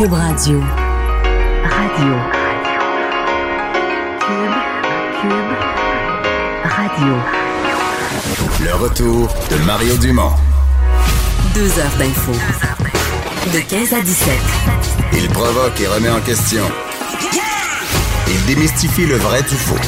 Cube Radio. Cube Radio. Le retour de Mario Dumont. 2 heures d'info. De 15 à 17. Il provoque et remet en question. Il démystifie le vrai du faux.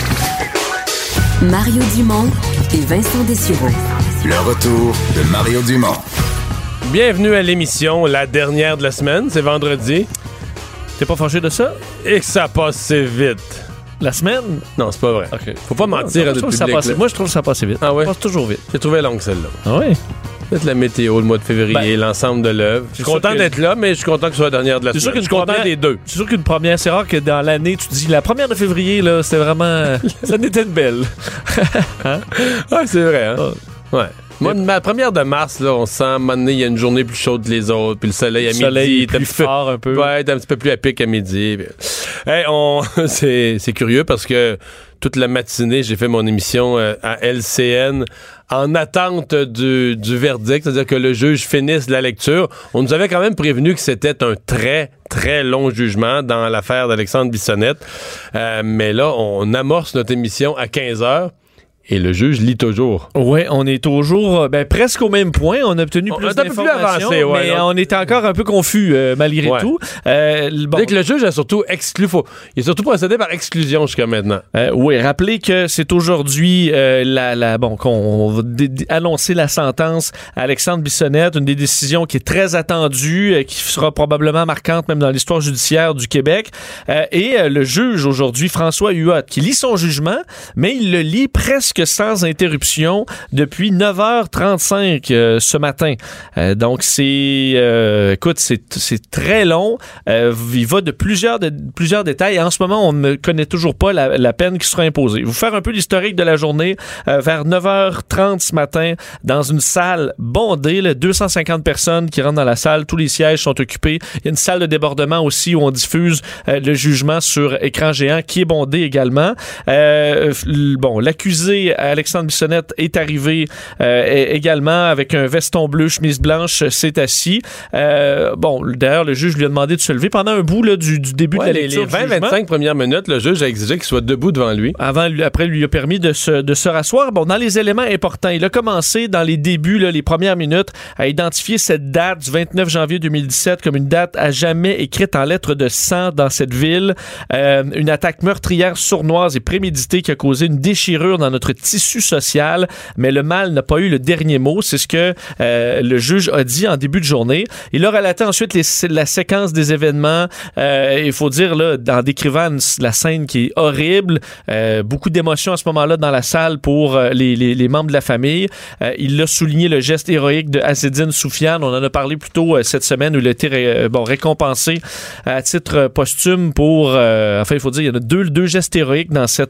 Mario Dumont et Vincent Dessureau. Le retour de Mario Dumont. Bienvenue à l'émission, la dernière de la semaine, c'est vendredi. T'es pas fâché de ça? Et que ça passe si vite. La semaine? Non, c'est pas vrai. Okay. Faut pas mentir à notre public. Moi, je trouve que ça passe vite. Ah ouais? Ça passe toujours vite. J'ai trouvé longue celle-là. Ah ouais? Peut-être la météo, le mois de février, l'ensemble de l'œuvre. Je suis content d'être là, mais je suis content que ce soit la dernière de la semaine. Je suis content des deux. C'est sûr qu'une première, c'est rare que dans l'année, tu te dis la première de février, là, c'était vraiment... ça n'était une belle. Hein? Ouais, c'est vrai, hein? Ouais. Moi, ma première de mars, là, on sent, à un moment donné, il y a une journée plus chaude que les autres, puis le soleil à midi. Le soleil est plus fort un peu. Ouais, un petit peu plus à pic à midi. Hey, c'est curieux parce que toute la matinée, j'ai fait mon émission à LCN en attente du verdict, c'est-à-dire que le juge finisse la lecture. On nous avait quand même prévenu que c'était un très, très long jugement dans l'affaire d'Alexandre Bissonnette. Mais là, on amorce notre émission à 15h. Et le juge lit toujours. Oui, on est toujours presque au même point. On a obtenu plus d'informations, avancé, ouais, mais on était encore un peu confus malgré tout. Dès que le juge a surtout il a surtout procédé par exclusion jusqu'à maintenant. Oui, rappelez que c'est aujourd'hui qu'on va annoncer la sentence à Alexandre Bissonnette, une des décisions qui est très attendue, qui sera probablement marquante même dans l'histoire judiciaire du Québec. Et le juge aujourd'hui, François Huot, qui lit son jugement, mais il le lit presque sans interruption depuis 9h35 ce matin. Donc c'est très long. Il va de plusieurs détails. Et en ce moment, on ne connaît toujours pas la peine qui sera imposée. Vous faire un peu l'historique de la journée. Vers 9h30 ce matin, dans une salle bondée, 250 personnes qui rentrent dans la salle. Tous les sièges sont occupés. Il y a une salle de débordement aussi où on diffuse le jugement sur écran géant qui est bondée également. L'accusé Alexandre Bissonnette est arrivé également avec un veston bleu, chemise blanche, s'est assis. D'ailleurs, le juge lui a demandé de se lever pendant un bout là, du début de la lecture. Les 20-25 premières minutes, le juge a exigé qu'il soit debout devant lui. Après, lui a permis de se rasseoir. Bon, dans les éléments importants, il a commencé dans les débuts, là, les premières minutes, à identifier cette date du 29 janvier 2017 comme une date à jamais écrite en lettres de sang dans cette ville. Une attaque meurtrière sournoise et préméditée qui a causé une déchirure dans notre tissu social, mais le mal n'a pas eu le dernier mot. C'est ce que le juge a dit en début de journée. Il a relaté ensuite la séquence des événements. Il faut dire, là, en décrivant la scène qui est horrible, beaucoup d'émotions à ce moment-là dans la salle pour les membres de la famille. Il a souligné le geste héroïque de Azedine Soufiane. On en a parlé plus tôt cette semaine où il a été récompensé à titre posthume pour... il faut dire, il y en a deux gestes héroïques dans ces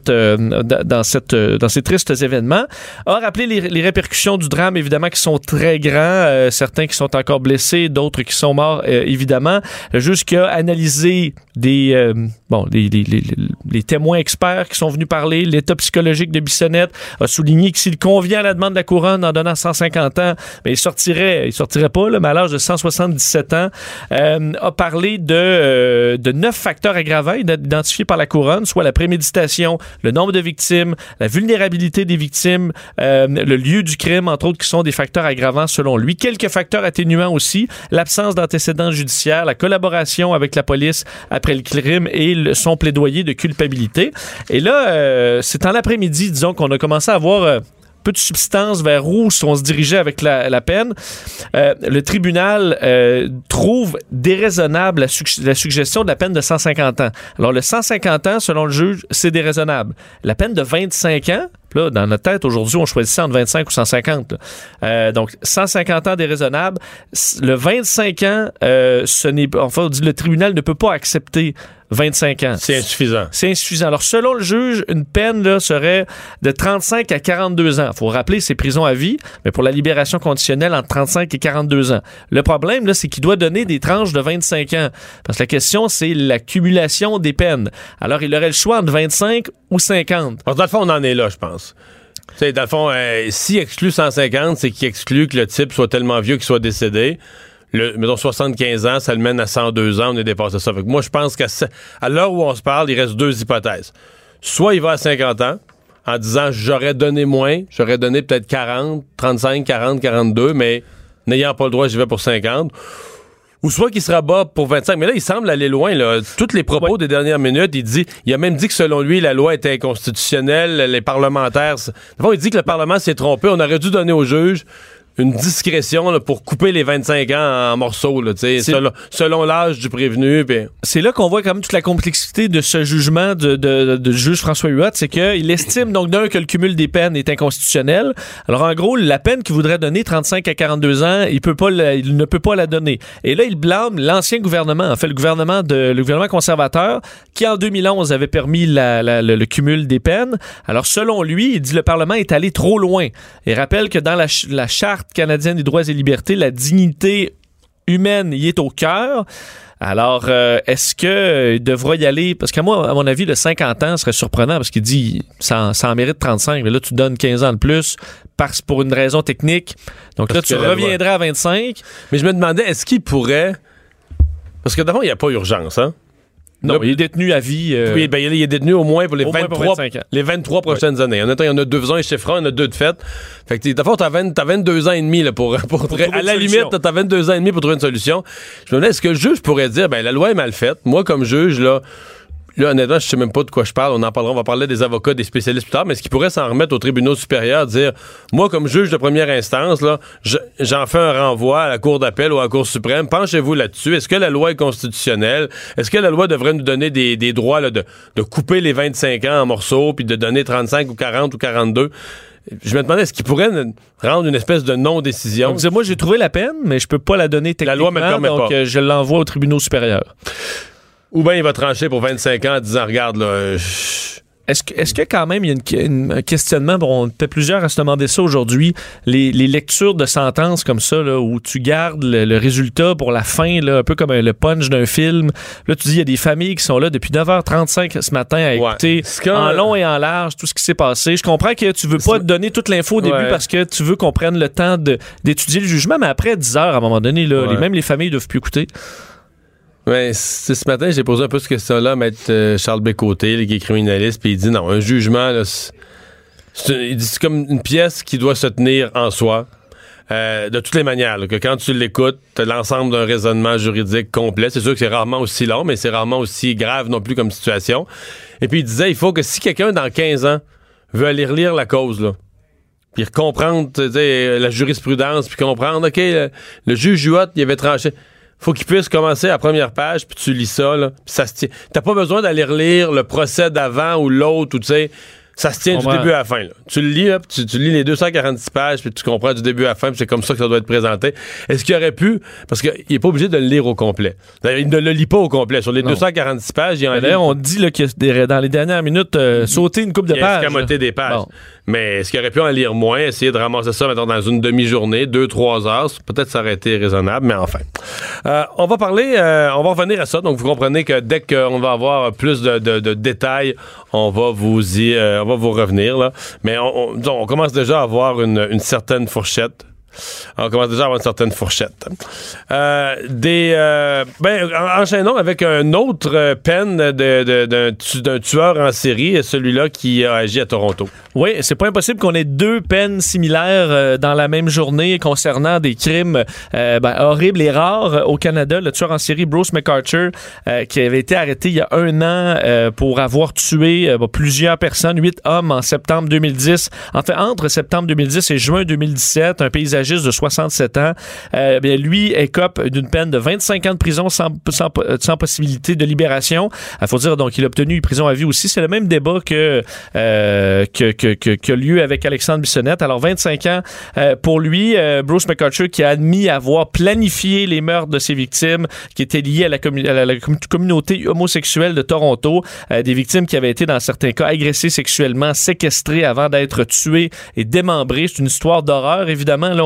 tristes événements, a rappelé les répercussions du drame, évidemment, qui sont très grands, certains qui sont encore blessés, d'autres qui sont morts, évidemment. Le juge qui a analysé les témoins experts qui sont venus parler, l'état psychologique de Bissonnette, a souligné que s'il convient à la demande de la couronne en donnant 150 ans, mais il sortirait pas, là, mais à l'âge de 177 ans, a parlé de 9 facteurs aggravants identifiés par la couronne, soit la préméditation, le nombre de victimes, la vulnérabilité des victimes, le lieu du crime, entre autres, qui sont des facteurs aggravants selon lui. Quelques facteurs atténuants aussi, l'absence d'antécédents judiciaires, la collaboration avec la police après le crime et son plaidoyer de culpabilité. Et là, c'est en l'après-midi, disons, qu'on a commencé à avoir... peu de substance vers où on se dirigeait avec la peine. Le tribunal trouve déraisonnable la suggestion de la peine de 150 ans. Alors, le 150 ans, selon le juge, c'est déraisonnable. La peine de 25 ans, là, dans notre tête, aujourd'hui, on choisissait entre 25 ou 150. Donc, 150 ans déraisonnable. Le 25 ans, on dit le tribunal ne peut pas accepter 25 ans. C'est insuffisant. C'est insuffisant. Alors, selon le juge, une peine là, serait de 35 à 42 ans. Il faut rappeler, c'est prison à vie, mais pour la libération conditionnelle, entre 35 et 42 ans. Le problème, là, c'est qu'il doit donner des tranches de 25 ans. Parce que la question, c'est l'accumulation des peines. Alors, il aurait le choix entre 25 ou 50. Alors, dans le fond, on en est là, je pense. Tu sais, dans le fond, s'il exclut 150, c'est qu'il exclut que le type soit tellement vieux qu'il soit décédé. mettons 75 ans, ça le mène à 102 ans, on est dépassé ça. Fait que moi, je pense qu'à l'heure où on se parle, il reste 2 hypothèses. Soit il va à 50 ans, en disant j'aurais donné moins, j'aurais donné peut-être 40, 35, 40, 42, mais n'ayant pas le droit, j'y vais pour 50. Ou soit qu'il se rabat pour 25. Mais là, il semble aller loin. Là. Tous les propos des dernières minutes, il a même dit que selon lui, la loi était inconstitutionnelle. Les parlementaires... D'abord, il dit que le Parlement s'est trompé. On aurait dû donner au juge une discrétion là, pour couper les 25 ans en morceaux, là, selon l'âge du prévenu. Pis... C'est là qu'on voit quand même toute la complexité de ce jugement de juge François Huot, c'est qu'il estime donc d'un que le cumul des peines est inconstitutionnel. Alors en gros, la peine qu'il voudrait donner, 35 à 42 ans, il ne peut pas la donner. Et là, il blâme l'ancien gouvernement, en fait le gouvernement conservateur, qui en 2011 avait permis le cumul des peines. Alors selon lui, il dit le Parlement est allé trop loin. Il rappelle que dans la charte canadienne des droits et libertés, la dignité humaine y est au cœur. Alors, est-ce qu'il devra y aller? Parce qu'à moi, à mon avis, le 50 ans serait surprenant parce qu'il dit ça en mérite 35, mais là, tu donnes 15 ans de plus pour une raison technique. Donc parce là, tu reviendrais à 25. Mais je me demandais, est-ce qu'il pourrait... Parce que d'abord, il n'y a pas urgence, hein? Non, il est détenu à vie. Oui, ben il est détenu au moins pour les 23 prochaines années. En attendant, il y en a 2 ans et chiffrant, il y en a 2 de fait. Fait que d'abord, t'as 22 ans et demi là, pour à la limite, t'as 22 ans et demi pour trouver une solution. Je me demandais, est-ce que le juge pourrait dire, ben la loi est mal faite. Moi, comme juge, là, honnêtement, je sais même pas de quoi je parle. On va parler des avocats, des spécialistes plus tard, mais est-ce qu'il pourrait s'en remettre au tribunal supérieur, dire, moi, comme juge de première instance, là, j'en fais un renvoi à la Cour d'appel ou à la Cour suprême. Penchez-vous là-dessus. Est-ce que la loi est constitutionnelle? Est-ce que la loi devrait nous donner des droits là, de couper les 25 ans en morceaux puis de donner 35 ou 40 ou 42? Je me demandais, est-ce qu'il pourrait rendre une espèce de non-décision? Donc, moi, j'ai trouvé la peine, mais je peux pas la donner techniquement. La loi me le permet donc, pas. Je l'envoie au tribunal supérieur. Ou bien il va trancher pour 25 ans en disant, regarde, là... Est-ce que quand même il y a un questionnement, bon, on était plusieurs à se demander ça aujourd'hui, les lectures de sentences comme ça, là, où tu gardes le résultat pour la fin, là, un peu comme le punch d'un film. Là, tu dis, il y a des familles qui sont là depuis 9h35 ce matin à écouter en long et en large tout ce qui s'est passé. Je comprends que tu veux pas te donner toute l'info au début parce que tu veux qu'on prenne le temps d'étudier le jugement, mais après 10 heures, à un moment donné, là, même les familles doivent plus écouter. Ouais, ce matin, j'ai posé un peu cette question-là à maître Charles Bécoté, qui est criminaliste, puis il dit non, un jugement, là, c'est comme une pièce qui doit se tenir en soi, de toutes les manières, là, que quand tu l'écoutes, t'as l'ensemble d'un raisonnement juridique complet. C'est sûr que c'est rarement aussi long, mais c'est rarement aussi grave non plus comme situation. Et puis il disait, il faut que si quelqu'un dans 15 ans veut aller relire la cause, là, puis comprendre la jurisprudence, puis comprendre, OK, le juge Huot, il avait tranché... Faut qu'il puisse commencer à la première page, puis tu lis ça, là, puis ça se tient. T'as pas besoin d'aller relire le procès d'avant ou l'autre, ou tu sais, ça se tient du début à la fin. Là. Tu le lis, là, puis tu lis les 246 pages, puis tu comprends du début à la fin, puis c'est comme ça que ça doit être présenté. Est-ce qu'il aurait pu, parce qu'il est pas obligé de le lire au complet. D'ailleurs, il ne le lit pas au complet. Sur les 246 pages, il y en a... D'ailleurs, on dit là, que dans les dernières minutes, sauter une couple de pages. Il a escamoté des pages. Bon. Mais est-ce qu'il aurait pu en lire moins, essayer de ramasser ça mettons, dans une demi-journée, 2-3 heures? Peut-être ça aurait été raisonnable, mais enfin. On va revenir à ça. Donc, vous comprenez que dès qu'on va avoir plus de détails, on va vous revenir. Là. Mais on commence déjà à avoir une certaine fourchette. Enchaînons avec une autre peine d'un tueur en série, celui-là qui a agi à Toronto. Oui, c'est pas impossible qu'on ait 2 peines similaires dans la même journée concernant des crimes horribles et rares au Canada. Le tueur en série Bruce McArthur, qui avait été arrêté il y a 1 an pour avoir tué plusieurs personnes, 8 hommes en septembre 2010. En fait, entre septembre 2010 et juin 2017, un paysagiste de 67 ans, lui écope d'une peine de 25 ans de prison sans possibilité de libération. Il faut dire, donc, il a obtenu une prison à vie aussi. C'est le même débat qui a lieu avec Alexandre Bissonnette. Alors, 25 ans pour lui. Bruce McArthur qui a admis avoir planifié les meurtres de ses victimes qui étaient liées à la communauté homosexuelle de Toronto. Des victimes qui avaient été, dans certains cas, agressées sexuellement, séquestrées avant d'être tuées et démembrées. C'est une histoire d'horreur, évidemment. Là, on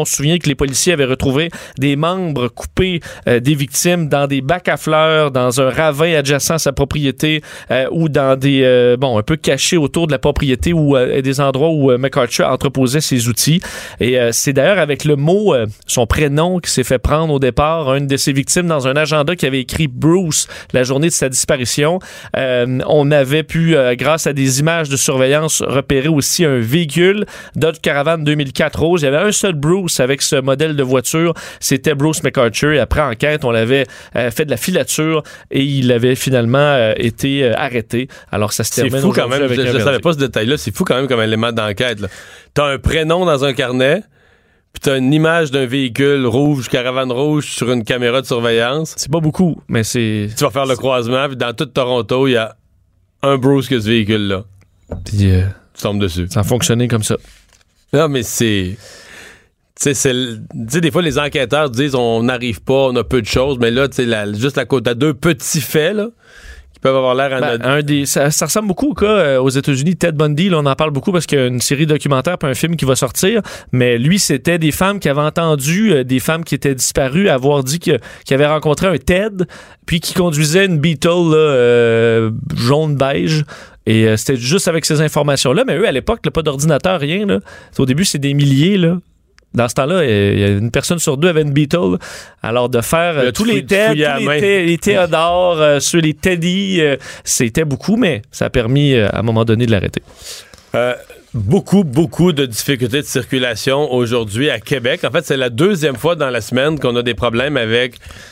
se souvient que les policiers avaient retrouvé des membres coupés des victimes dans des bacs à fleurs, dans un ravin adjacent à sa propriété ou dans des... un peu cachés autour de la propriété ou des endroits où McArthur entreposait ses outils. Et c'est d'ailleurs avec le mot, son prénom, qui s'est fait prendre au départ, une de ses victimes dans un agenda qui avait écrit Bruce la journée de sa disparition. On avait pu, grâce à des images de surveillance, repérer aussi un véhicule Dodge Caravan 2004 rose. Il y avait un seul Bruce avec ce modèle de voiture. C'était Bruce McArthur. Et après enquête, on l'avait fait de la filature et il avait finalement été arrêté. Alors ça se termine. C'est fou quand même. Je ne savais pas ce détail-là. C'est fou quand même comme élément d'enquête. Tu as un prénom dans un carnet, puis tu as une image d'un véhicule rouge, caravane rouge, sur une caméra de surveillance. C'est pas beaucoup, mais c'est... Tu vas faire le croisement, puis dans tout Toronto, il y a un Bruce que ce véhicule-là. Puis tu tombes dessus. Ça a fonctionné comme ça. Non, mais c'est... Tu sais, des fois, les enquêteurs disent on n'arrive pas, on a peu de choses, mais là, tu sais, juste la côte, t'as deux petits faits, là, qui peuvent avoir l'air anodins. Ça ressemble beaucoup au cas aux États-Unis, Ted Bundy, là, on en parle beaucoup parce qu'il y a une série documentaire puis un film qui va sortir, mais lui, c'était des femmes qui avaient entendu des femmes qui étaient disparues avoir dit qu'ils avaient rencontré un Ted, puis qui conduisait une Beetle là, jaune-beige. Et c'était juste avec ces informations-là, mais eux, à l'époque, là, pas d'ordinateur, rien. Là. Au début, c'est des milliers, là. Dans ce temps-là, il y a une personne sur deux avait une Beetle. Alors, de faire tous les Ted, les Théodore, sur les Teddy, c'était beaucoup, mais ça a permis, à un moment donné, de l'arrêter. Beaucoup de difficultés de circulation aujourd'hui à Québec. En fait, c'est la deuxième fois dans la semaine qu'on a des problèmes avec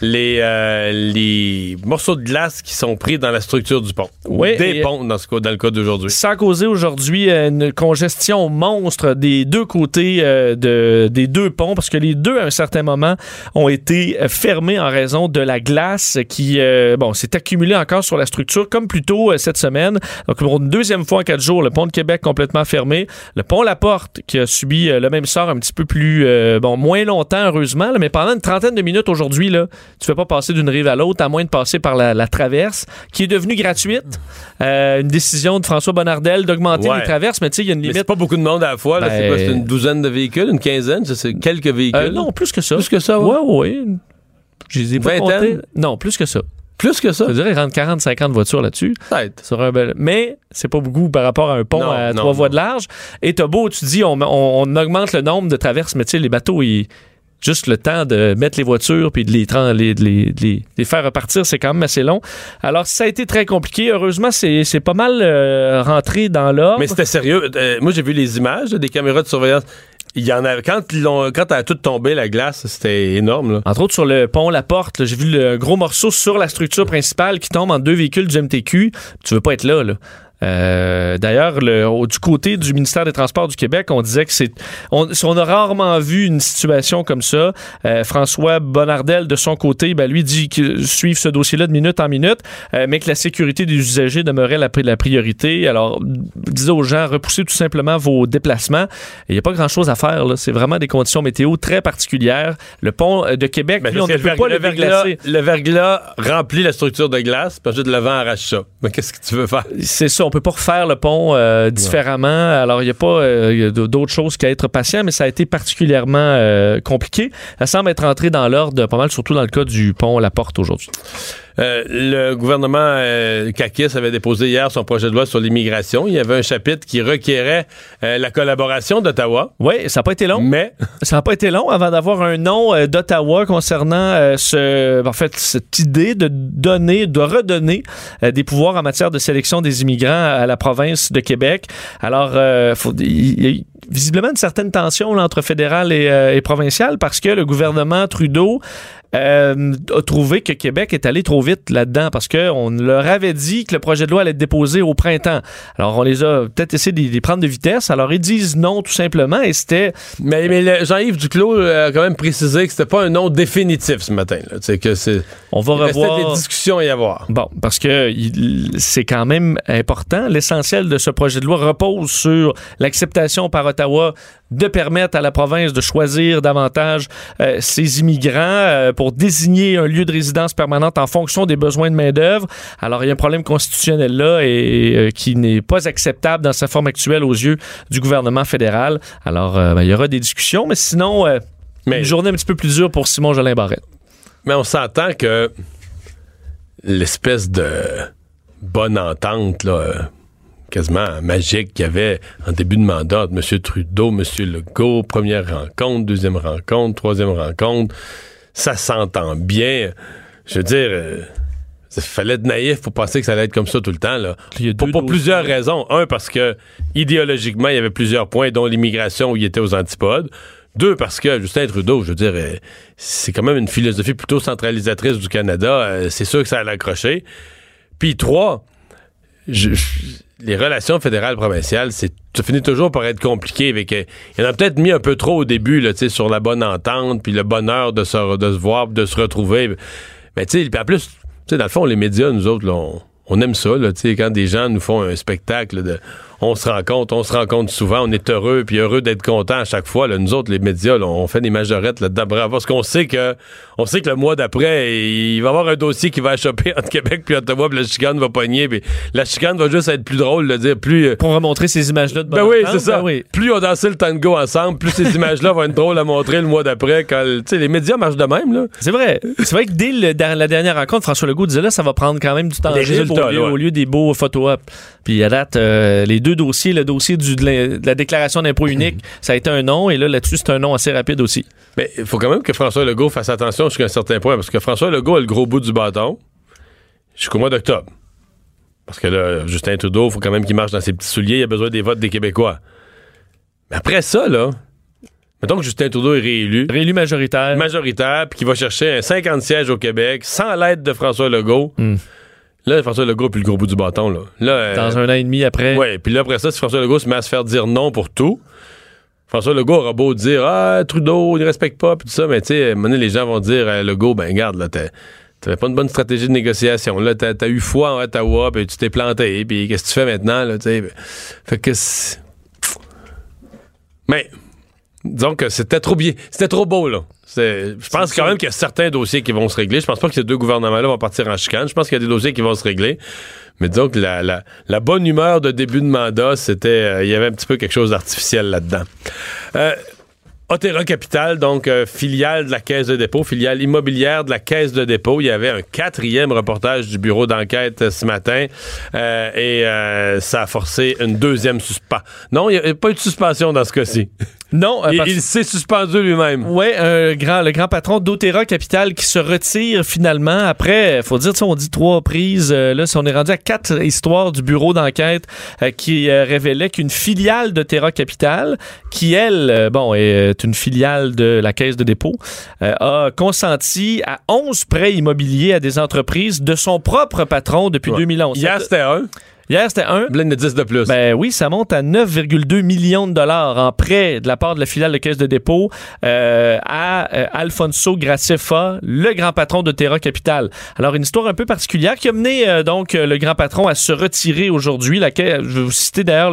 les morceaux de glace qui sont pris dans la structure du pont. Oui, des ponts, dans le cas d'aujourd'hui. Ça a causé aujourd'hui une congestion monstre des deux côtés des deux ponts, parce que les deux, à un certain moment, ont été fermés en raison de la glace qui s'est accumulée encore sur la structure, comme plus tôt cette semaine. Donc, pour une deuxième fois en 4 jours, le pont de Québec complètement fermé. Le pont La Porte qui a subi le même sort un petit peu plus moins longtemps heureusement, là, mais pendant une trentaine de minutes aujourd'hui, là, tu fais pas passer d'une rive à l'autre à moins de passer par la traverse qui est devenue gratuite. Une décision de François Bonnardel d'augmenter les traverses, mais tu sais, il y a une limite. Mais c'est pas beaucoup de monde à la fois, là. C'est quoi, c'est une douzaine de véhicules, une quinzaine, c'est quelques véhicules. Non, plus que ça. Plus que ça, ouais. Ouais. Je les ai pas comptés. Non, plus que ça. Plus que ça? Je dirais, il rentre 40-50 voitures là-dessus. Peut-être. Mais c'est pas beaucoup par rapport à un pont à 3 voies de large. Et t'as beau, tu dis, on augmente le nombre de traverses, mais tu sais, les bateaux, juste le temps de mettre les voitures puis de les faire repartir, c'est quand même assez long. Alors, ça a été très compliqué. Heureusement, c'est pas mal rentré dans l'ordre. Mais c'était sérieux. Moi, j'ai vu les images des caméras de surveillance. Il y en a, quand elle a tout tombé, la glace, c'était énorme, là. Entre autres, sur le pont La Porte, là, j'ai vu le gros morceau sur la structure principale qui tombe en 2 véhicules du MTQ. Tu veux pas être là. D'ailleurs, du côté du ministère des Transports du Québec, on disait que on a rarement vu une situation comme ça. François Bonnardel, de son côté, lui dit qu'il suit ce dossier-là de minute en minute, mais que la sécurité des usagers demeurait la priorité. Alors, disait aux gens, repoussez tout simplement vos déplacements. Il n'y a pas grand-chose à faire, là. C'est vraiment des conditions météo très particulières. Le pont de Québec, lui, on ne peut pas le verglacer. Le verglas remplit la structure de glace, puis ensuite le vent arrache ça. Mais qu'est-ce que tu veux faire? C'est ça. On peut pas refaire le pont différemment. Alors, il y a d'autres choses qu'à être patient, mais ça a été particulièrement compliqué. Ça semble être entré dans l'ordre, pas mal, surtout dans le cas du pont La Porte aujourd'hui. Le gouvernement Kakis avait déposé hier son projet de loi sur l'immigration. Il y avait un chapitre qui requérait la collaboration d'Ottawa. Oui, ça n'a pas été long. Mais ça n'a pas été long avant d'avoir un nom d'Ottawa concernant cette idée de redonner des pouvoirs en matière de sélection des immigrants à la province de Québec. Alors, il y a visiblement une certaine tension là, entre fédéral et provincial parce que le gouvernement Trudeau a trouvé que Québec est allé trop vite là-dedans parce qu'on leur avait dit que le projet de loi allait être déposé au printemps. Alors, on les a peut-être essayé de les prendre de vitesse. Alors, ils disent non, tout simplement, et c'était... Mais Jean-Yves Duclos a quand même précisé que c'était pas un nom définitif ce matin. Là. On va revoir... Il restait des discussions à y avoir. Bon, parce que c'est quand même important. L'essentiel de ce projet de loi repose sur l'acceptation par Ottawa de permettre à la province de choisir davantage ses immigrants pour désigner un lieu de résidence permanente en fonction des besoins de main-d'œuvre. Alors, il y a un problème constitutionnel là et qui n'est pas acceptable dans sa forme actuelle aux yeux du gouvernement fédéral. Alors, il y aura des discussions, mais sinon... Mais, une journée un petit peu plus dure pour Simon Jolin Barrette. Mais on s'entend que l'espèce de bonne entente, là, quasiment magique qu'il y avait en début de mandat entre M. Trudeau, M. Legault, première rencontre, deuxième rencontre, troisième rencontre, ça s'entend bien. Je veux dire, il fallait être naïf pour penser que ça allait être comme ça tout le temps, là. Pour plusieurs raisons. Un, parce que idéologiquement, il y avait plusieurs points, dont l'immigration où il était aux antipodes. Deux, parce que Justin Trudeau, je veux dire, c'est quand même une philosophie plutôt centralisatrice du Canada. C'est sûr que ça allait accrocher. Puis trois, les relations fédérales-provinciales, ça finit toujours par être compliqué. Il en a peut-être mis un peu trop au début là, sur la bonne entente, puis le bonheur de se voir, de se retrouver. Mais tu sais, en plus, dans le fond, les médias, nous autres, là, on aime ça, là, quand des gens nous font un spectacle de on se rencontre souvent, on est heureux, puis heureux d'être content à chaque fois. Là. Nous autres, les médias, là, on fait des majorettes là-dedans. Bravo, parce qu'on sait que le mois d'après, il va y avoir un dossier qui va achoper entre Québec puis Ottawa, puis la chicane va pogner, puis la chicane va juste être plus drôle, de dire plus... Pour remontrer ces images-là de bonne oui, entente, c'est ça. Oui. Plus on dansait le tango ensemble, plus ces images-là vont être drôles à montrer le mois d'après. Quand les médias marchent de même, là. C'est vrai. C'est vrai que dès la dernière rencontre, François Legault disait là, ça va prendre quand même du temps au lieu des beaux photo-op. Puis à date, les deux dossiers, le dossier de la déclaration d'impôt unique, ça a été un non, et là-dessus, c'est un non assez rapide aussi. Mais il faut quand même que François Legault fasse attention jusqu'à un certain point, parce que François Legault a le gros bout du bâton jusqu'au mois d'octobre. Parce que là, Justin Trudeau, il faut quand même qu'il marche dans ses petits souliers, il a besoin des votes des Québécois. Mais après ça, là, mettons que Justin Trudeau est réélu. Réélu majoritaire. Puis qu'il va chercher un 50 sièges au Québec, sans l'aide de François Legault. Là, François Legault puis le gros bout du bâton, là. Dans un an et demi après. Oui, puis là, après ça, si François Legault se met à se faire dire non pour tout, François Legault aura beau dire « Ah, Trudeau, il ne respecte pas », puis tout ça, mais tu sais, à un moment donné, les gens vont dire « Legault, ben garde, là, t'avais pas une bonne stratégie de négociation. Là, t'as eu foi en Ottawa, puis tu t'es planté, puis qu'est-ce que tu fais maintenant, là, tu sais. » Fait que mais, disons que c'était trop bien. C'était trop beau, là. Je pense quand même qu'il y a certains dossiers qui vont se régler. Je pense pas que ces deux gouvernements-là vont partir en chicane. Je pense qu'il y a des dossiers qui vont se régler. Mais disons que la bonne humeur de début de mandat, c'était... il y avait un petit peu quelque chose d'artificiel là-dedans. Otera Capital, donc filiale de la Caisse de dépôt, filiale immobilière de la Caisse de dépôt. Il y avait un 4e reportage du bureau d'enquête ce matin et ça a forcé une 2e suspension. Non, il n'y a pas eu de suspension dans ce cas-ci. Non, il s'est suspendu lui-même. Oui, le grand patron d'Otera Capital qui se retire finalement. Après, il faut dire, on dit 3 prises. Là, on est rendu à 4 histoires du bureau d'enquête qui révélait qu'une filiale d'Otera Capital, qui, elle, est une filiale de la Caisse de dépôt, a consenti à 11 prêts immobiliers à des entreprises de son propre patron depuis 2011. Hier, c'était un. Hier, c'était un. Plein de 10 de plus. Ben oui, ça monte à 9,2 millions de dollars en prêt de la part de la filiale de Caisse de dépôt à Alfonso Gracefa, le grand patron de Terra Capital. Alors, une histoire un peu particulière qui a mené donc le grand patron à se retirer aujourd'hui. Je vais vous citer d'ailleurs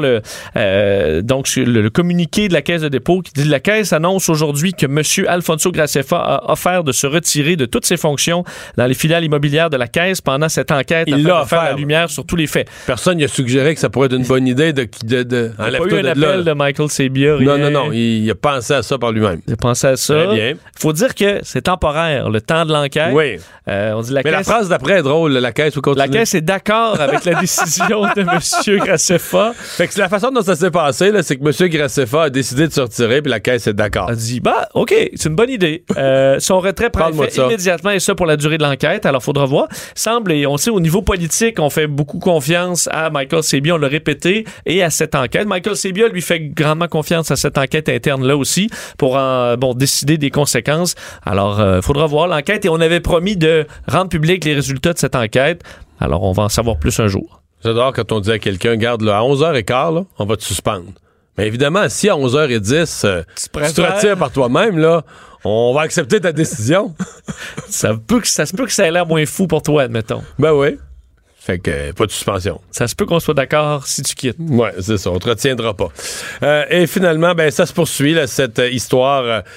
le communiqué de la Caisse de dépôt qui dit: la Caisse annonce aujourd'hui que M. Alfonso Gracefa a offert de se retirer de toutes ses fonctions dans les filiales immobilières de la Caisse pendant cette enquête. Il a offert la lumière sur tous les faits. Personne n'a suggéré que ça pourrait être une bonne idée de il n'y a pas eu un appel de Michael Sabia. Non. Il a pensé à ça par lui-même. Il a pensé à ça. Très bien. Il faut dire que c'est temporaire, le temps de l'enquête. Oui. On dit Mais la phrase d'après est drôle. La Caisse ou continue. La Caisse est d'accord avec la décision de M. Gracefa. Fait que la façon dont ça s'est passé, là, c'est que M. Gracefa a décidé de se retirer, puis la Caisse est d'accord. Elle dit, OK, c'est une bonne idée. Son retrait prend effet immédiatement, et ça pour la durée de l'enquête. Alors, il faudra voir. Et on sait, au niveau politique, on fait beaucoup confiance à Michael Sabia, on l'a répété, et à cette enquête. Michael Sabia lui fait grandement confiance à cette enquête interne-là aussi pour décider des conséquences. Alors, il faudra voir l'enquête, et on avait promis de rendre public les résultats de cette enquête. Alors, on va en savoir plus un jour. J'adore quand on dit à quelqu'un, garde, là, à 11h15, là, on va te suspendre. Mais évidemment, si à 11h10, tu te retires par toi-même, là, on va accepter ta décision. Ça se peut que ça ait l'air moins fou pour toi, admettons. Ben oui. Fait que pas de suspension. Ça se peut qu'on soit d'accord si tu quittes. Ouais, c'est ça. On te retiendra pas. Et finalement, ça se poursuit, là, cette histoire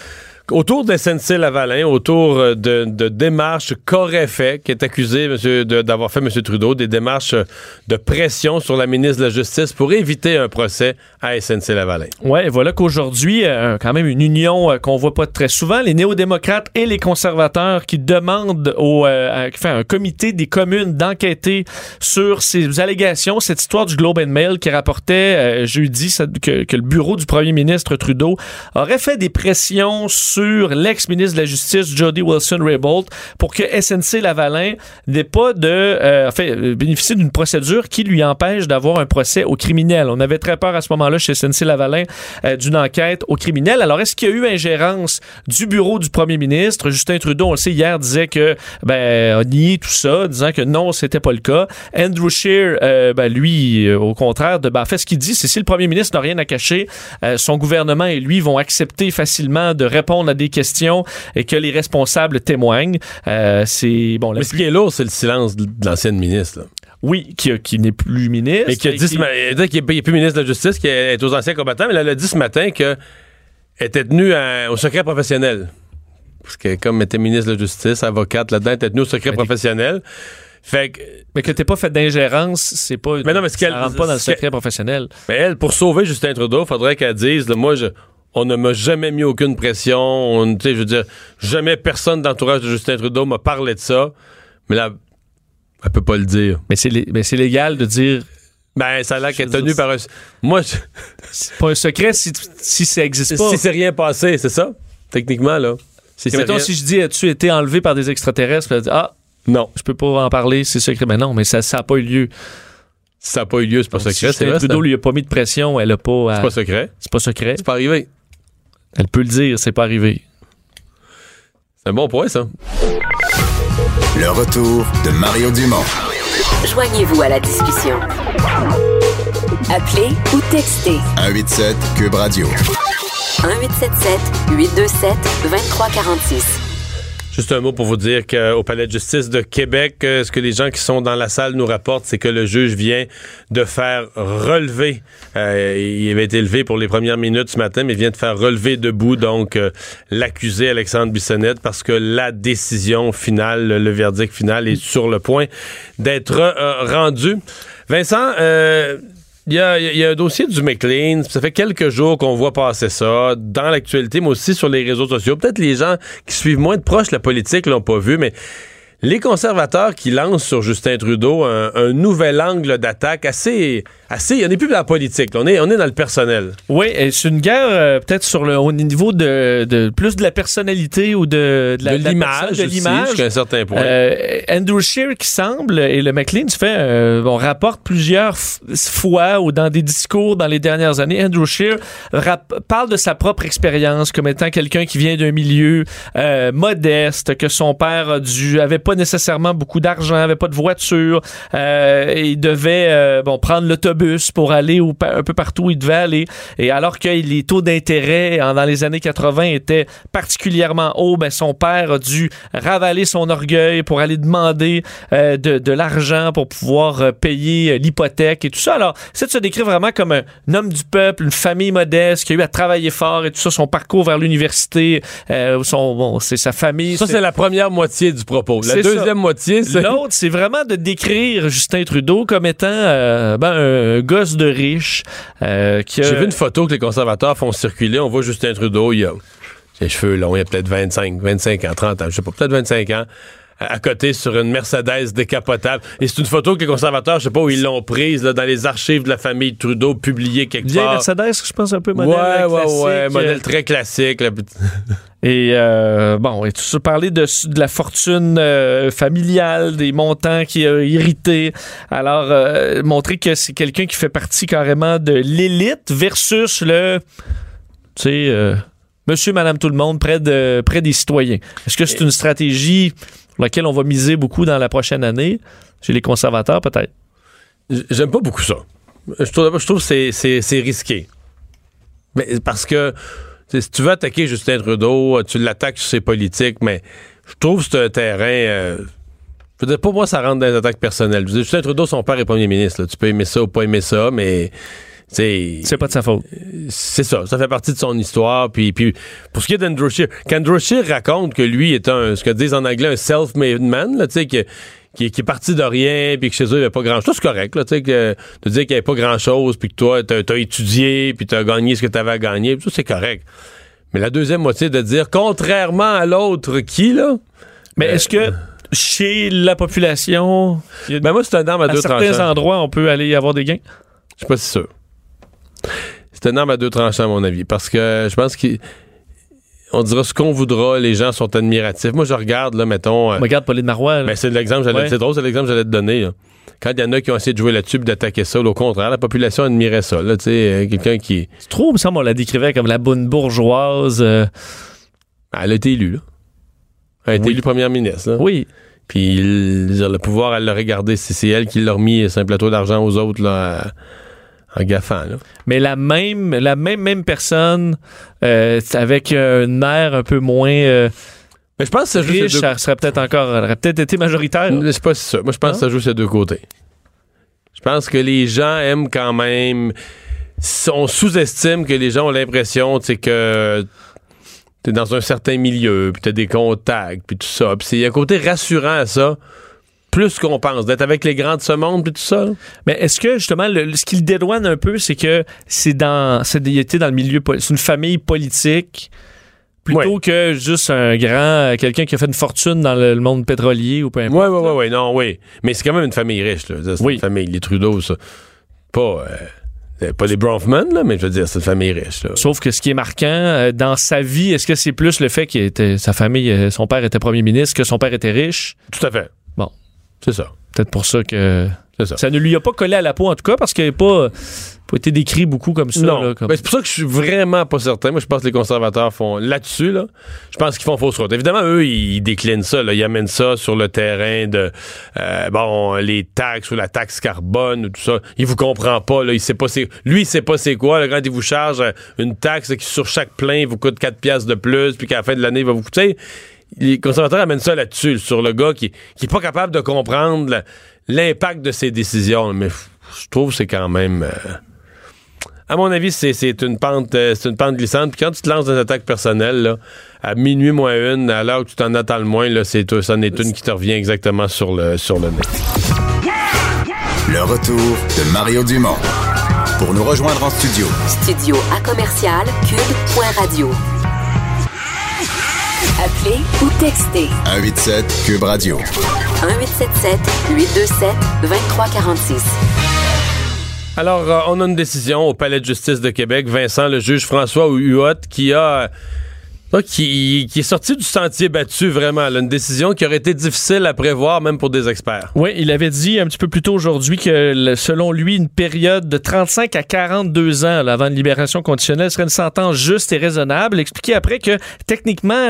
autour de SNC-Lavalin, autour de démarches qu'aurait fait, qui est accusé d'avoir fait M. Trudeau, des démarches de pression sur la ministre de la Justice pour éviter un procès à SNC-Lavalin. Oui, voilà qu'aujourd'hui, quand même une union qu'on voit pas très souvent, les néo-démocrates et les conservateurs qui demandent un comité des communes d'enquêter sur ces allégations, cette histoire du Globe and Mail qui rapportait jeudi que le bureau du premier ministre Trudeau aurait fait des pressions sur l'ex-ministre de la Justice, Jody Wilson-Raybould, pour que SNC-Lavalin n'ait pas bénéficie d'une procédure qui lui empêche d'avoir un procès au criminel. On avait très peur à ce moment-là chez SNC-Lavalin d'une enquête au criminel. Alors, est-ce qu'il y a eu ingérence du bureau du premier ministre? Justin Trudeau, on le sait, hier, disait que a nié tout ça, disant que non, c'était pas le cas. Andrew Scheer, lui, au contraire, fait, ce qu'il dit, c'est si le premier ministre n'a rien à cacher, son gouvernement et lui vont accepter facilement de répondre à des questions et que les responsables témoignent. Mais ce qui est lourd, c'est le silence de l'ancienne ministre, là. Oui, qui n'est plus ministre. Et qui a dit qu'il n'est plus ministre de la Justice, qui est aux anciens combattants, mais elle a dit ce matin qu'elle était tenue au secret professionnel. Parce que comme elle était ministre de la Justice, avocate là-dedans, elle était tenue au secret professionnel. Mais que t'aies pas fait d'ingérence, c'est pas. Mais non, mais ça rentre pas dans le secret professionnel. Mais elle, pour sauver Justin Trudeau, il faudrait qu'elle dise, là, on ne m'a jamais mis aucune pression. Je veux dire, jamais personne d'entourage de Justin Trudeau m'a parlé de ça. Mais là, elle peut pas le dire. Mais c'est légal de dire. Ben, ça a l'air qu'elle est tenue par un. Moi, c'est pas un secret si ça existe pas. Si c'est rien passé, c'est ça? Techniquement, là. Si je dis, as-tu été enlevé par des extraterrestres? Elle dit, non, je peux pas en parler, c'est secret. Mais non, mais ça a pas eu lieu. Si ça n'a pas eu lieu, c'est pas secret. Si Trudeau lui a pas mis de pression, elle a pas. C'est pas secret. C'est pas secret. C'est pas arrivé. Elle peut le dire, c'est pas arrivé. C'est un bon point, ça. Le retour de Mario Dumont. Joignez-vous à la discussion. Appelez ou textez. 187 Cube Radio. 1877-827-2346. Juste un mot pour vous dire qu'au Palais de justice de Québec, ce que les gens qui sont dans la salle nous rapportent, c'est que le juge vient de faire relever, il avait été élevé pour les premières minutes ce matin, mais vient de faire relever debout donc l'accusé Alexandre Bissonnette parce que la décision finale, le verdict final est sur le point d'être rendu. Vincent, il y a un dossier du McLean. Ça fait quelques jours qu'on voit passer ça dans l'actualité, mais aussi sur les réseaux sociaux. Peut-être les gens qui suivent moins de proche la politique l'ont pas vu, mais les conservateurs qui lancent sur Justin Trudeau un nouvel angle d'attaque assez, on n'est plus dans la politique, on est dans le personnel. Oui, c'est une guerre peut-être au niveau de plus de la personnalité ou de l'image. Jusqu'à un certain point. Andrew Scheer qui semble, et le McLean on rapporte plusieurs fois ou dans des discours dans les dernières années, Andrew Scheer parle de sa propre expérience comme étant quelqu'un qui vient d'un milieu modeste, que son père avait pas nécessairement beaucoup d'argent, avait pas de voiture, il devait prendre l'autobus pour aller un peu partout où il devait aller. Et alors que les taux d'intérêt dans les années 80 étaient particulièrement hauts, son père a dû ravaler son orgueil pour aller demander de l'argent pour pouvoir payer l'hypothèque et tout ça. Alors, c'est de se décrire vraiment comme un homme du peuple, une famille modeste qui a eu à travailler fort et tout ça, son parcours vers l'université, c'est sa famille. Ça, c'est la première moitié du propos. La deuxième moitié, c'est... L'autre, c'est vraiment de décrire Justin Trudeau comme étant un gosse de riche. J'ai vu une photo que les conservateurs font circuler. On voit Justin Trudeau, il a les cheveux longs, il a peut-être 25 ans, 30 ans, je sais pas, peut-être 25 ans. À côté sur une Mercedes décapotable. Et c'est une photo que les conservateurs, je sais pas où ils l'ont prise, là, dans les archives de la famille Trudeau, publiée quelque part. Mercedes, je pense, un peu modèle classique. Ouais, modèle très classique. Là. Et et tout ça, parler de la fortune familiale, des montants qui a hérité. Alors, montrer que c'est quelqu'un qui fait partie carrément de l'élite versus monsieur, madame, tout le monde, près des citoyens. Est-ce que c'est une stratégie sur laquelle on va miser beaucoup dans la prochaine année, chez les conservateurs, peut-être? J'aime pas beaucoup ça. Je trouve que c'est risqué. Mais parce que si tu veux attaquer Justin Trudeau, tu l'attaques sur ses politiques, mais je trouve que c'est un terrain... je veux dire, pour moi, ça rentre dans les attaques personnelles. Justin Trudeau, son père est premier ministre. Là. Tu peux aimer ça ou pas aimer ça, mais c'est pas de sa faute. C'est ça fait partie de son histoire. Puis pour ce qui est d'Andrew Scheer, qu'Andrew Scheer raconte que lui est ce que disent en anglais un self-made man, là, tu sais, qui est parti de rien, puis que chez eux, il n'y avait pas grand-chose. C'est correct, là, tu sais, de dire qu'il n'y avait pas grand-chose, puis que toi, t'as étudié, puis t'as gagné ce que t'avais à gagner, ça, c'est correct. Mais la deuxième moitié de dire, contrairement à l'autre, là? Mais est-ce que chez la population, moi, c'est un arme à deux tranchants. À certains endroits, on peut aller avoir des gains? Je suis pas si sûr. C'est un arme à deux tranchants, à mon avis, parce que je pense qu'on dira ce qu'on voudra, les gens sont admiratifs. Moi, je regarde, là, mettons... regarde Pauline Marois. Ben, c'est l'exemple, c'est drôle, c'est l'exemple que j'allais te donner, là. Quand il y en a qui ont essayé de jouer là-dessus et d'attaquer ça, là, au contraire, la population admirait ça, là, tu sais, quelqu'un qui... C'est trop, il me semble, on la décrivait comme la bonne bourgeoise. Elle a été élue, là. Elle a été élue première ministre, là. Oui. Puis, le pouvoir, elle l'a regardé, c'est elle qui l'a remis sur un plateau d'argent aux autres, là, en gaffant, là. Mais la même personne, avec une mère un peu moins... mais je pense que ça joue riche, ça serait peut-être elle aurait peut-être été majoritaire. C'est pas ça. Moi, je pense que ça joue ces deux côtés. Je pense que les gens aiment quand même... On sous-estime que les gens ont l'impression, tu sais, que t'es dans un certain milieu, puis t'as des contacts, puis tout ça. Puis il y a un côté rassurant à ça, plus qu'on pense, d'être avec les grands de ce monde, puis tout ça. Mais est-ce que, justement, ce qui le dédouane un peu, c'est que il était dans le milieu... C'est une famille politique... Plutôt que juste quelqu'un qui a fait une fortune dans le monde pétrolier ou peu importe. Oui. Mais c'est quand même une famille riche, là. C'est une famille, les Trudeau, ça. Pas les Bronfman, là, mais je veux dire, c'est une famille riche, là. Sauf que ce qui est marquant dans sa vie, est-ce que c'est plus le fait sa famille, son père était premier ministre, que son père était riche? Tout à fait. Bon. C'est ça. Peut-être pour ça que... Ça ne lui a pas collé à la peau, en tout cas, parce qu'il n'a pas été décrit beaucoup comme ça. Non. Là, c'est pour ça que je suis vraiment pas certain. Moi, je pense que les conservateurs font là-dessus, là. Je pense qu'ils font fausse route. Évidemment, eux, ils déclinent ça, là. Ils amènent ça sur le terrain de, les taxes ou la taxe carbone ou tout ça. Il vous comprend pas, là. Il sait pas c'est quoi, là, quand il vous charge une taxe qui, sur chaque plein, vous coûte 4 piastres de plus, puis qu'à la fin de l'année, il va vous coûter. Les conservateurs amènent ça là-dessus, sur le gars qui est pas capable de comprendre l'impact de ses décisions. Mais je trouve que c'est quand même... à mon avis, c'est une pente glissante. Puis quand tu te lances dans une attaque personnelle, là, à minuit moins une, à l'heure où tu t'en attends le moins, là, ça n'est une qui te revient exactement sur le nez. Le retour de Mario Dumont. Pour nous rejoindre en studio. Studio à commercial cube.radio. Appelez ou textez. 187 Cube Radio. 1877-827-2346. Alors, on a une décision au Palais de justice de Québec. Vincent, le juge François Huot, qui est sorti du sentier battu, vraiment. Là, une décision qui aurait été difficile à prévoir, même pour des experts. Oui, il avait dit un petit peu plus tôt aujourd'hui que, selon lui, une période de 35 à 42 ans là, avant une libération conditionnelle serait une sentence juste et raisonnable. Expliquer après que, techniquement,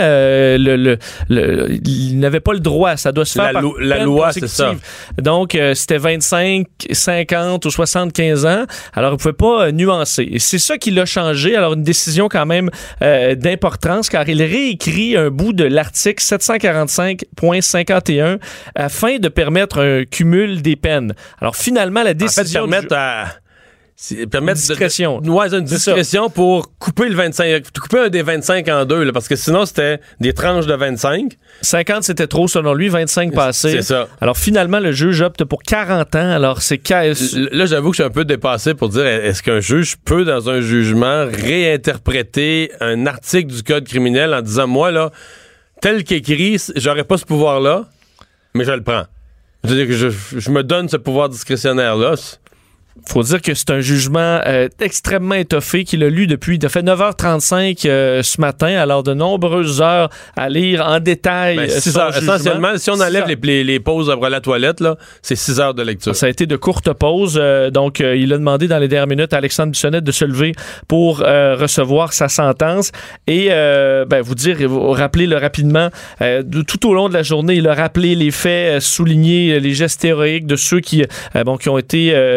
il n'avait pas le droit. Ça doit se faire la loi, c'est ça. Donc, c'était 25, 50 ou 75 ans. Alors, il ne pouvait pas nuancer. Et c'est ça qui l'a changé. Alors, une décision quand même d'importance, car il réécrit un bout de l'article 745.51 afin de permettre un cumul des peines. Alors finalement, la décision... En fait, permettre discrétion. Une discrétion pour couper couper un des 25 en deux, là, parce que sinon, c'était des tranches de 25. 50, c'était trop, selon lui, 25 passés. C'est ça. Alors finalement, le juge opte pour 40 ans. Alors c'est... Là, j'avoue que je suis un peu dépassé pour dire, est-ce qu'un juge peut, dans un jugement, réinterpréter un article du Code criminel en disant, moi, là, tel qu'écrit, j'aurais pas ce pouvoir-là, mais je le prends. C'est-à-dire que je me donne ce pouvoir discrétionnaire-là. Faut dire que c'est un jugement extrêmement étoffé qu'il a lu depuis. Il a fait 9h35 ce matin, alors de nombreuses heures à lire en détail. 6 heures. Essentiellement, si on enlève les pauses après la toilette, là, c'est 6 heures de lecture. Ça a été de courtes pauses. Donc, il a demandé dans les dernières minutes à Alexandre Bissonnette de se lever pour recevoir sa sentence. Et vous rappeler rapidement, tout au long de la journée, il a rappelé les faits, souligné les gestes héroïques de ceux qui ont été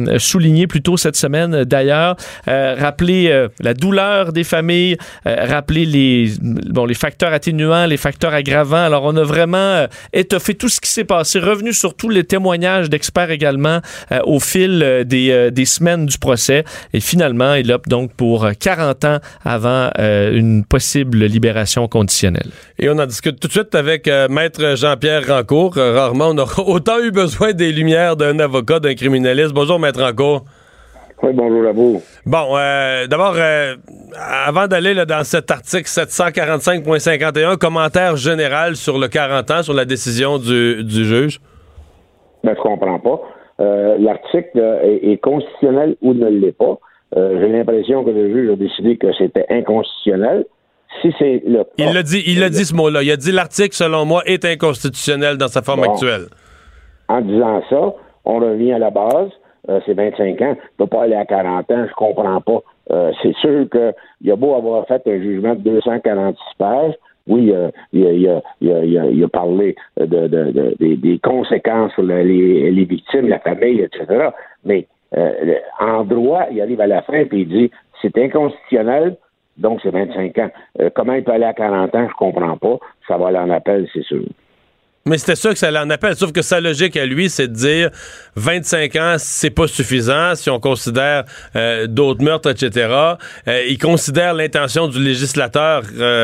souligné plus tôt cette semaine d'ailleurs. Rappeler la douleur des familles, rappeler les facteurs atténuants, les facteurs aggravants. Alors, on a vraiment étoffé tout ce qui s'est passé, revenu sur tous les témoignages d'experts également au fil des semaines du procès. Et finalement, il opte donc pour 40 ans avant une possible libération conditionnelle. Et on en discute tout de suite avec Maître Jean-Pierre Rancourt. Rarement on a autant eu besoin des lumières d'un avocat, d'un criminaliste. Bonjour, Maître Rancourt. Oui, bonjour à vous. Bon, d'abord, avant d'aller là, dans cet article 745.51, commentaire général sur le 40 ans, sur la décision du juge. Ben, je comprends pas. L'article est constitutionnel ou ne l'est pas. J'ai l'impression que le juge a décidé que c'était inconstitutionnel. Si c'est le cas, il a dit ce mot-là. Il a dit l'article, selon moi, est inconstitutionnel dans sa forme actuelle. En disant ça, on revient à la base. C'est 25 ans. Il ne peut pas aller à 40 ans. Je comprends pas. C'est sûr qu'il a beau avoir fait un jugement de 246 pages. Oui, il a parlé des conséquences sur les victimes, la famille, etc. Mais en droit, il arrive à la fin et il dit c'est inconstitutionnel, donc c'est 25 ans. Comment il peut aller à 40 ans, je comprends pas. Ça va aller en appel, c'est sûr. Mais c'était sûr que ça allait en appel, sauf que sa logique à lui, c'est de dire 25 ans, c'est pas suffisant si on considère d'autres meurtres, etc. Il considère l'intention du législateur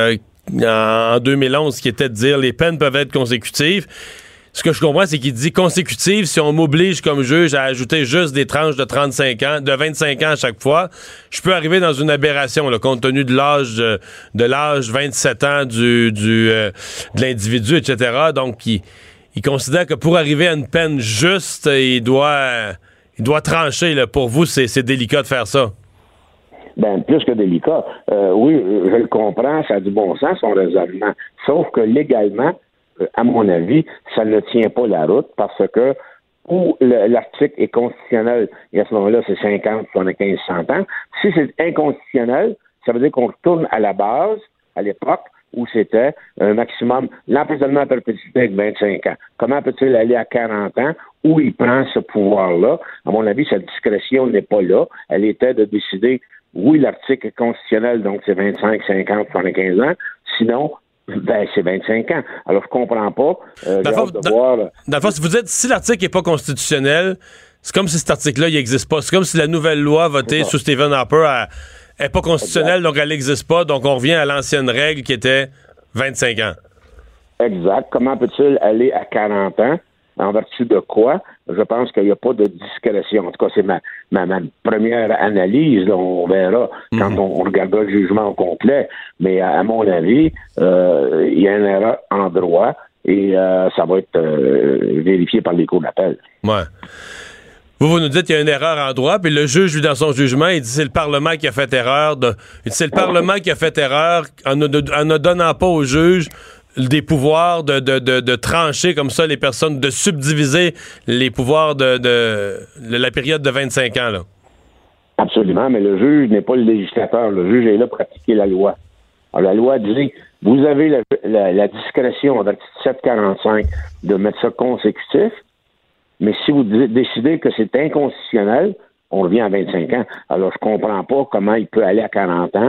en 2011 qui était de dire les peines peuvent être consécutives. Ce que je comprends, c'est qu'il dit consécutive si on m'oblige comme juge à ajouter juste des tranches de 35 ans, de 25 ans à chaque fois. Je peux arriver dans une aberration, là, compte tenu de l'âge 27 ans de l'individu, etc. Donc, il considère que pour arriver à une peine juste, il doit trancher. Là. Pour vous, c'est délicat de faire ça. Ben, plus que délicat. Oui, je le comprends, ça a du bon sens, son raisonnement. Sauf que légalement, à mon avis, ça ne tient pas la route parce que où l'article est constitutionnel, et à ce moment-là, c'est 50, 75, 100 ans. Si c'est inconstitutionnel, ça veut dire qu'on retourne à la base, à l'époque, où c'était un maximum, l'emprisonnement à perpétuité avec 25 ans. Comment peut-il aller à 40 ans où il prend ce pouvoir-là? À mon avis, sa discrétion n'est pas là. Elle était de décider, oui, l'article est constitutionnel, donc c'est 25, 50, 75 ans. Sinon, ben, c'est 25 ans. Alors, je comprends pas. Dans le fond, si vous dites, si l'article n'est pas constitutionnel, c'est comme si cet article-là, il n'existe pas. C'est comme si la nouvelle loi votée sous Stephen Harper n'est pas constitutionnelle, donc elle n'existe pas. Donc, on revient à l'ancienne règle qui était 25 ans. Exact. Comment peut-il aller à 40 ans? En vertu de quoi? Je pense qu'il n'y a pas de discrétion. En tout cas, c'est ma première analyse. Là, on verra quand on regardera le jugement au complet. Mais à mon avis, il y a une erreur en droit et ça va être vérifié par les cours d'appel. Ouais. Vous nous dites qu'il y a une erreur en droit, puis le juge, lui, dans son jugement, il dit c'est le Parlement qui a fait erreur. C'est le Parlement qui a fait erreur en ne donnant pas au juge des pouvoirs de trancher comme ça les personnes, de subdiviser les pouvoirs de la période de 25 ans. Là. Absolument, mais le juge n'est pas le législateur. Le juge est là pour appliquer la loi. Alors, la loi dit, vous avez la discrétion en article 745 de mettre ça consécutif, mais si vous décidez que c'est inconstitutionnel, on revient à 25 ans. Alors, je comprends pas comment il peut aller à 40 ans.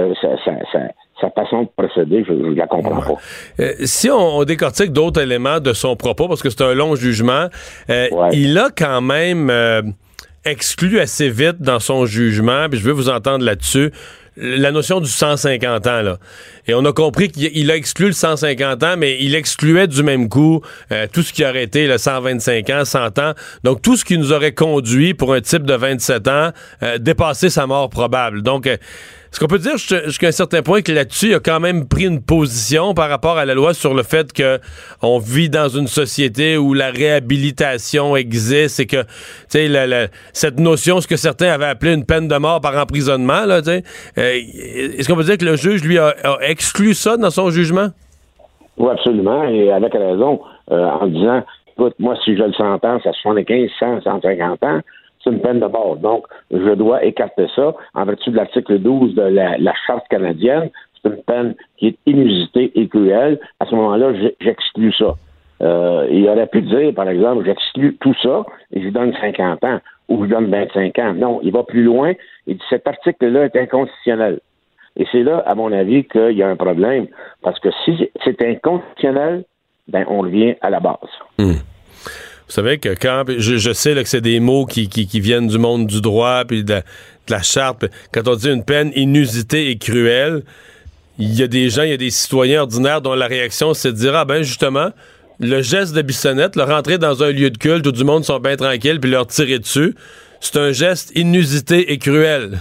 Sa façon de procéder, je ne la comprends pas. Si on décortique d'autres éléments de son propos, parce que c'est un long jugement, il a quand même exclu assez vite dans son jugement, puis je veux vous entendre là-dessus, la notion du 150 ans, là. Et on a compris qu'il a exclu le 150 ans, mais il excluait du même coup tout ce qui aurait été le 125 ans, 100 ans. Donc, tout ce qui nous aurait conduit pour un type de 27 ans, dépasser sa mort probable. Donc, est-ce qu'on peut dire jusqu'à un certain point que là-dessus, il a quand même pris une position par rapport à la loi sur le fait qu'on vit dans une société où la réhabilitation existe et que, tu sais, cette notion, ce que certains avaient appelé une peine de mort par emprisonnement, là, tu sais, est-ce qu'on peut dire que le juge, lui, a exclu ça dans son jugement? Oui, absolument, et avec raison, en disant, écoute, moi, si je le sentence à 75, 100, 150 ans, c'est une peine de mort. Donc, je dois écarter ça en vertu de l'article 12 de la Charte canadienne. C'est une peine qui est inusitée et cruelle. À ce moment-là, j'exclus ça. Il aurait pu dire, par exemple, j'exclus tout ça et je lui donne 50 ans. ou je donne 25 ans. Non, il va plus loin. Il dit cet article-là est inconstitutionnel. Et c'est là, à mon avis, qu'il y a un problème. Parce que si c'est inconstitutionnel, ben on revient à la base. Vous savez que quand je sais là, que c'est des mots qui viennent du monde du droit puis de la charte, quand on dit une peine inusitée et cruelle, il y a des gens, il y a des citoyens ordinaires dont la réaction c'est de dire justement, le geste de Bissonnette, le rentrer dans un lieu de culte où du monde sont bien tranquilles puis leur tirer dessus, c'est un geste inusité et cruel.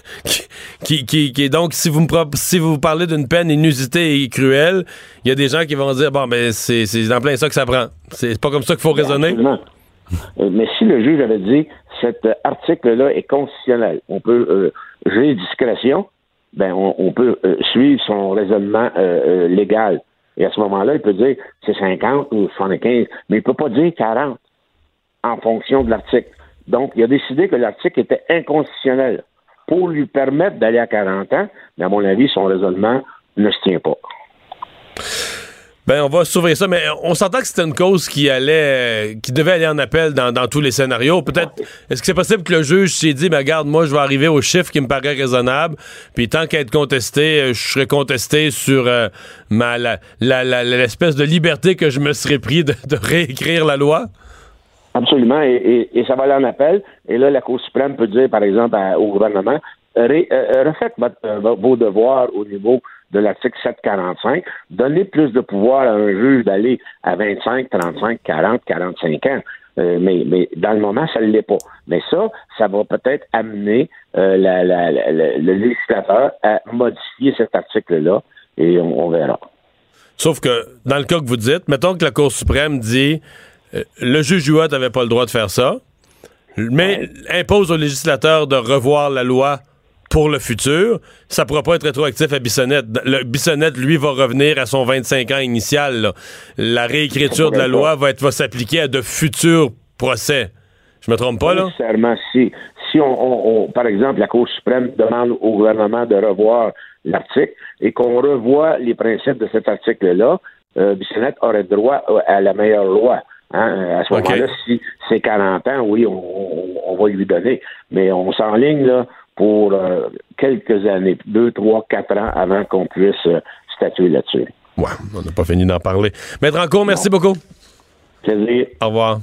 qui est donc, si vous parlez d'une peine inusitée et cruelle, il y a des gens qui vont dire, c'est en plein ça que ça prend. C'est pas comme ça qu'il faut raisonner. Absolument. Mais si le juge avait dit, cet article-là est constitutionnel, on peut, j'ai discrétion, ben on peut suivre son raisonnement légal. Et à ce moment-là, il peut dire, c'est 50 ou 75, mais il peut pas dire 40 en fonction de l'article. Donc, il a décidé que l'article était inconstitutionnel pour lui permettre d'aller à 40 ans, mais à mon avis, son raisonnement ne se tient pas. Ben, on va s'ouvrir ça, mais on s'entend que c'était une cause qui devait aller en appel dans tous les scénarios. Peut-être, est-ce que c'est possible que le juge s'est dit, regarde, moi, je vais arriver au chiffre qui me paraît raisonnable, puis tant qu'à être contesté, je serais contesté sur l'espèce de liberté que je me serais pris de réécrire la loi? Absolument, et ça va aller en appel. Et là, la Cour suprême peut dire, par exemple, au gouvernement, refaites vos devoirs au niveau de l'article 745, donnez plus de pouvoir à un juge d'aller à 25, 35, 40, 45 ans. Mais dans le moment, ça ne l'est pas. Mais ça va peut-être amener le législateur à modifier cet article-là, et on verra. Sauf que, dans le cas que vous dites, mettons que la Cour suprême dit le juge Huot n'avait pas le droit de faire ça, mais impose au législateur de revoir la loi pour le futur, ça ne pourra pas être rétroactif à Bissonnette. Bissonnette, lui, va revenir à son 25 ans initial. Là. La réécriture de la loi va s'appliquer à de futurs procès. Je me trompe pas, là? Nécessairement, si on, par exemple, la Cour suprême demande au gouvernement de revoir l'article et qu'on revoit les principes de cet article-là, Bissonnette aurait droit à la meilleure loi. À ce moment-là, si c'est 40 ans, oui, on va lui donner. Mais on s'enligne là pour quelques années, 2, 3, 4 ans avant qu'on puisse statuer là-dessus. Ouais, on n'a pas fini d'en parler. Maître Ancourt, merci beaucoup. Plaisir. Au revoir.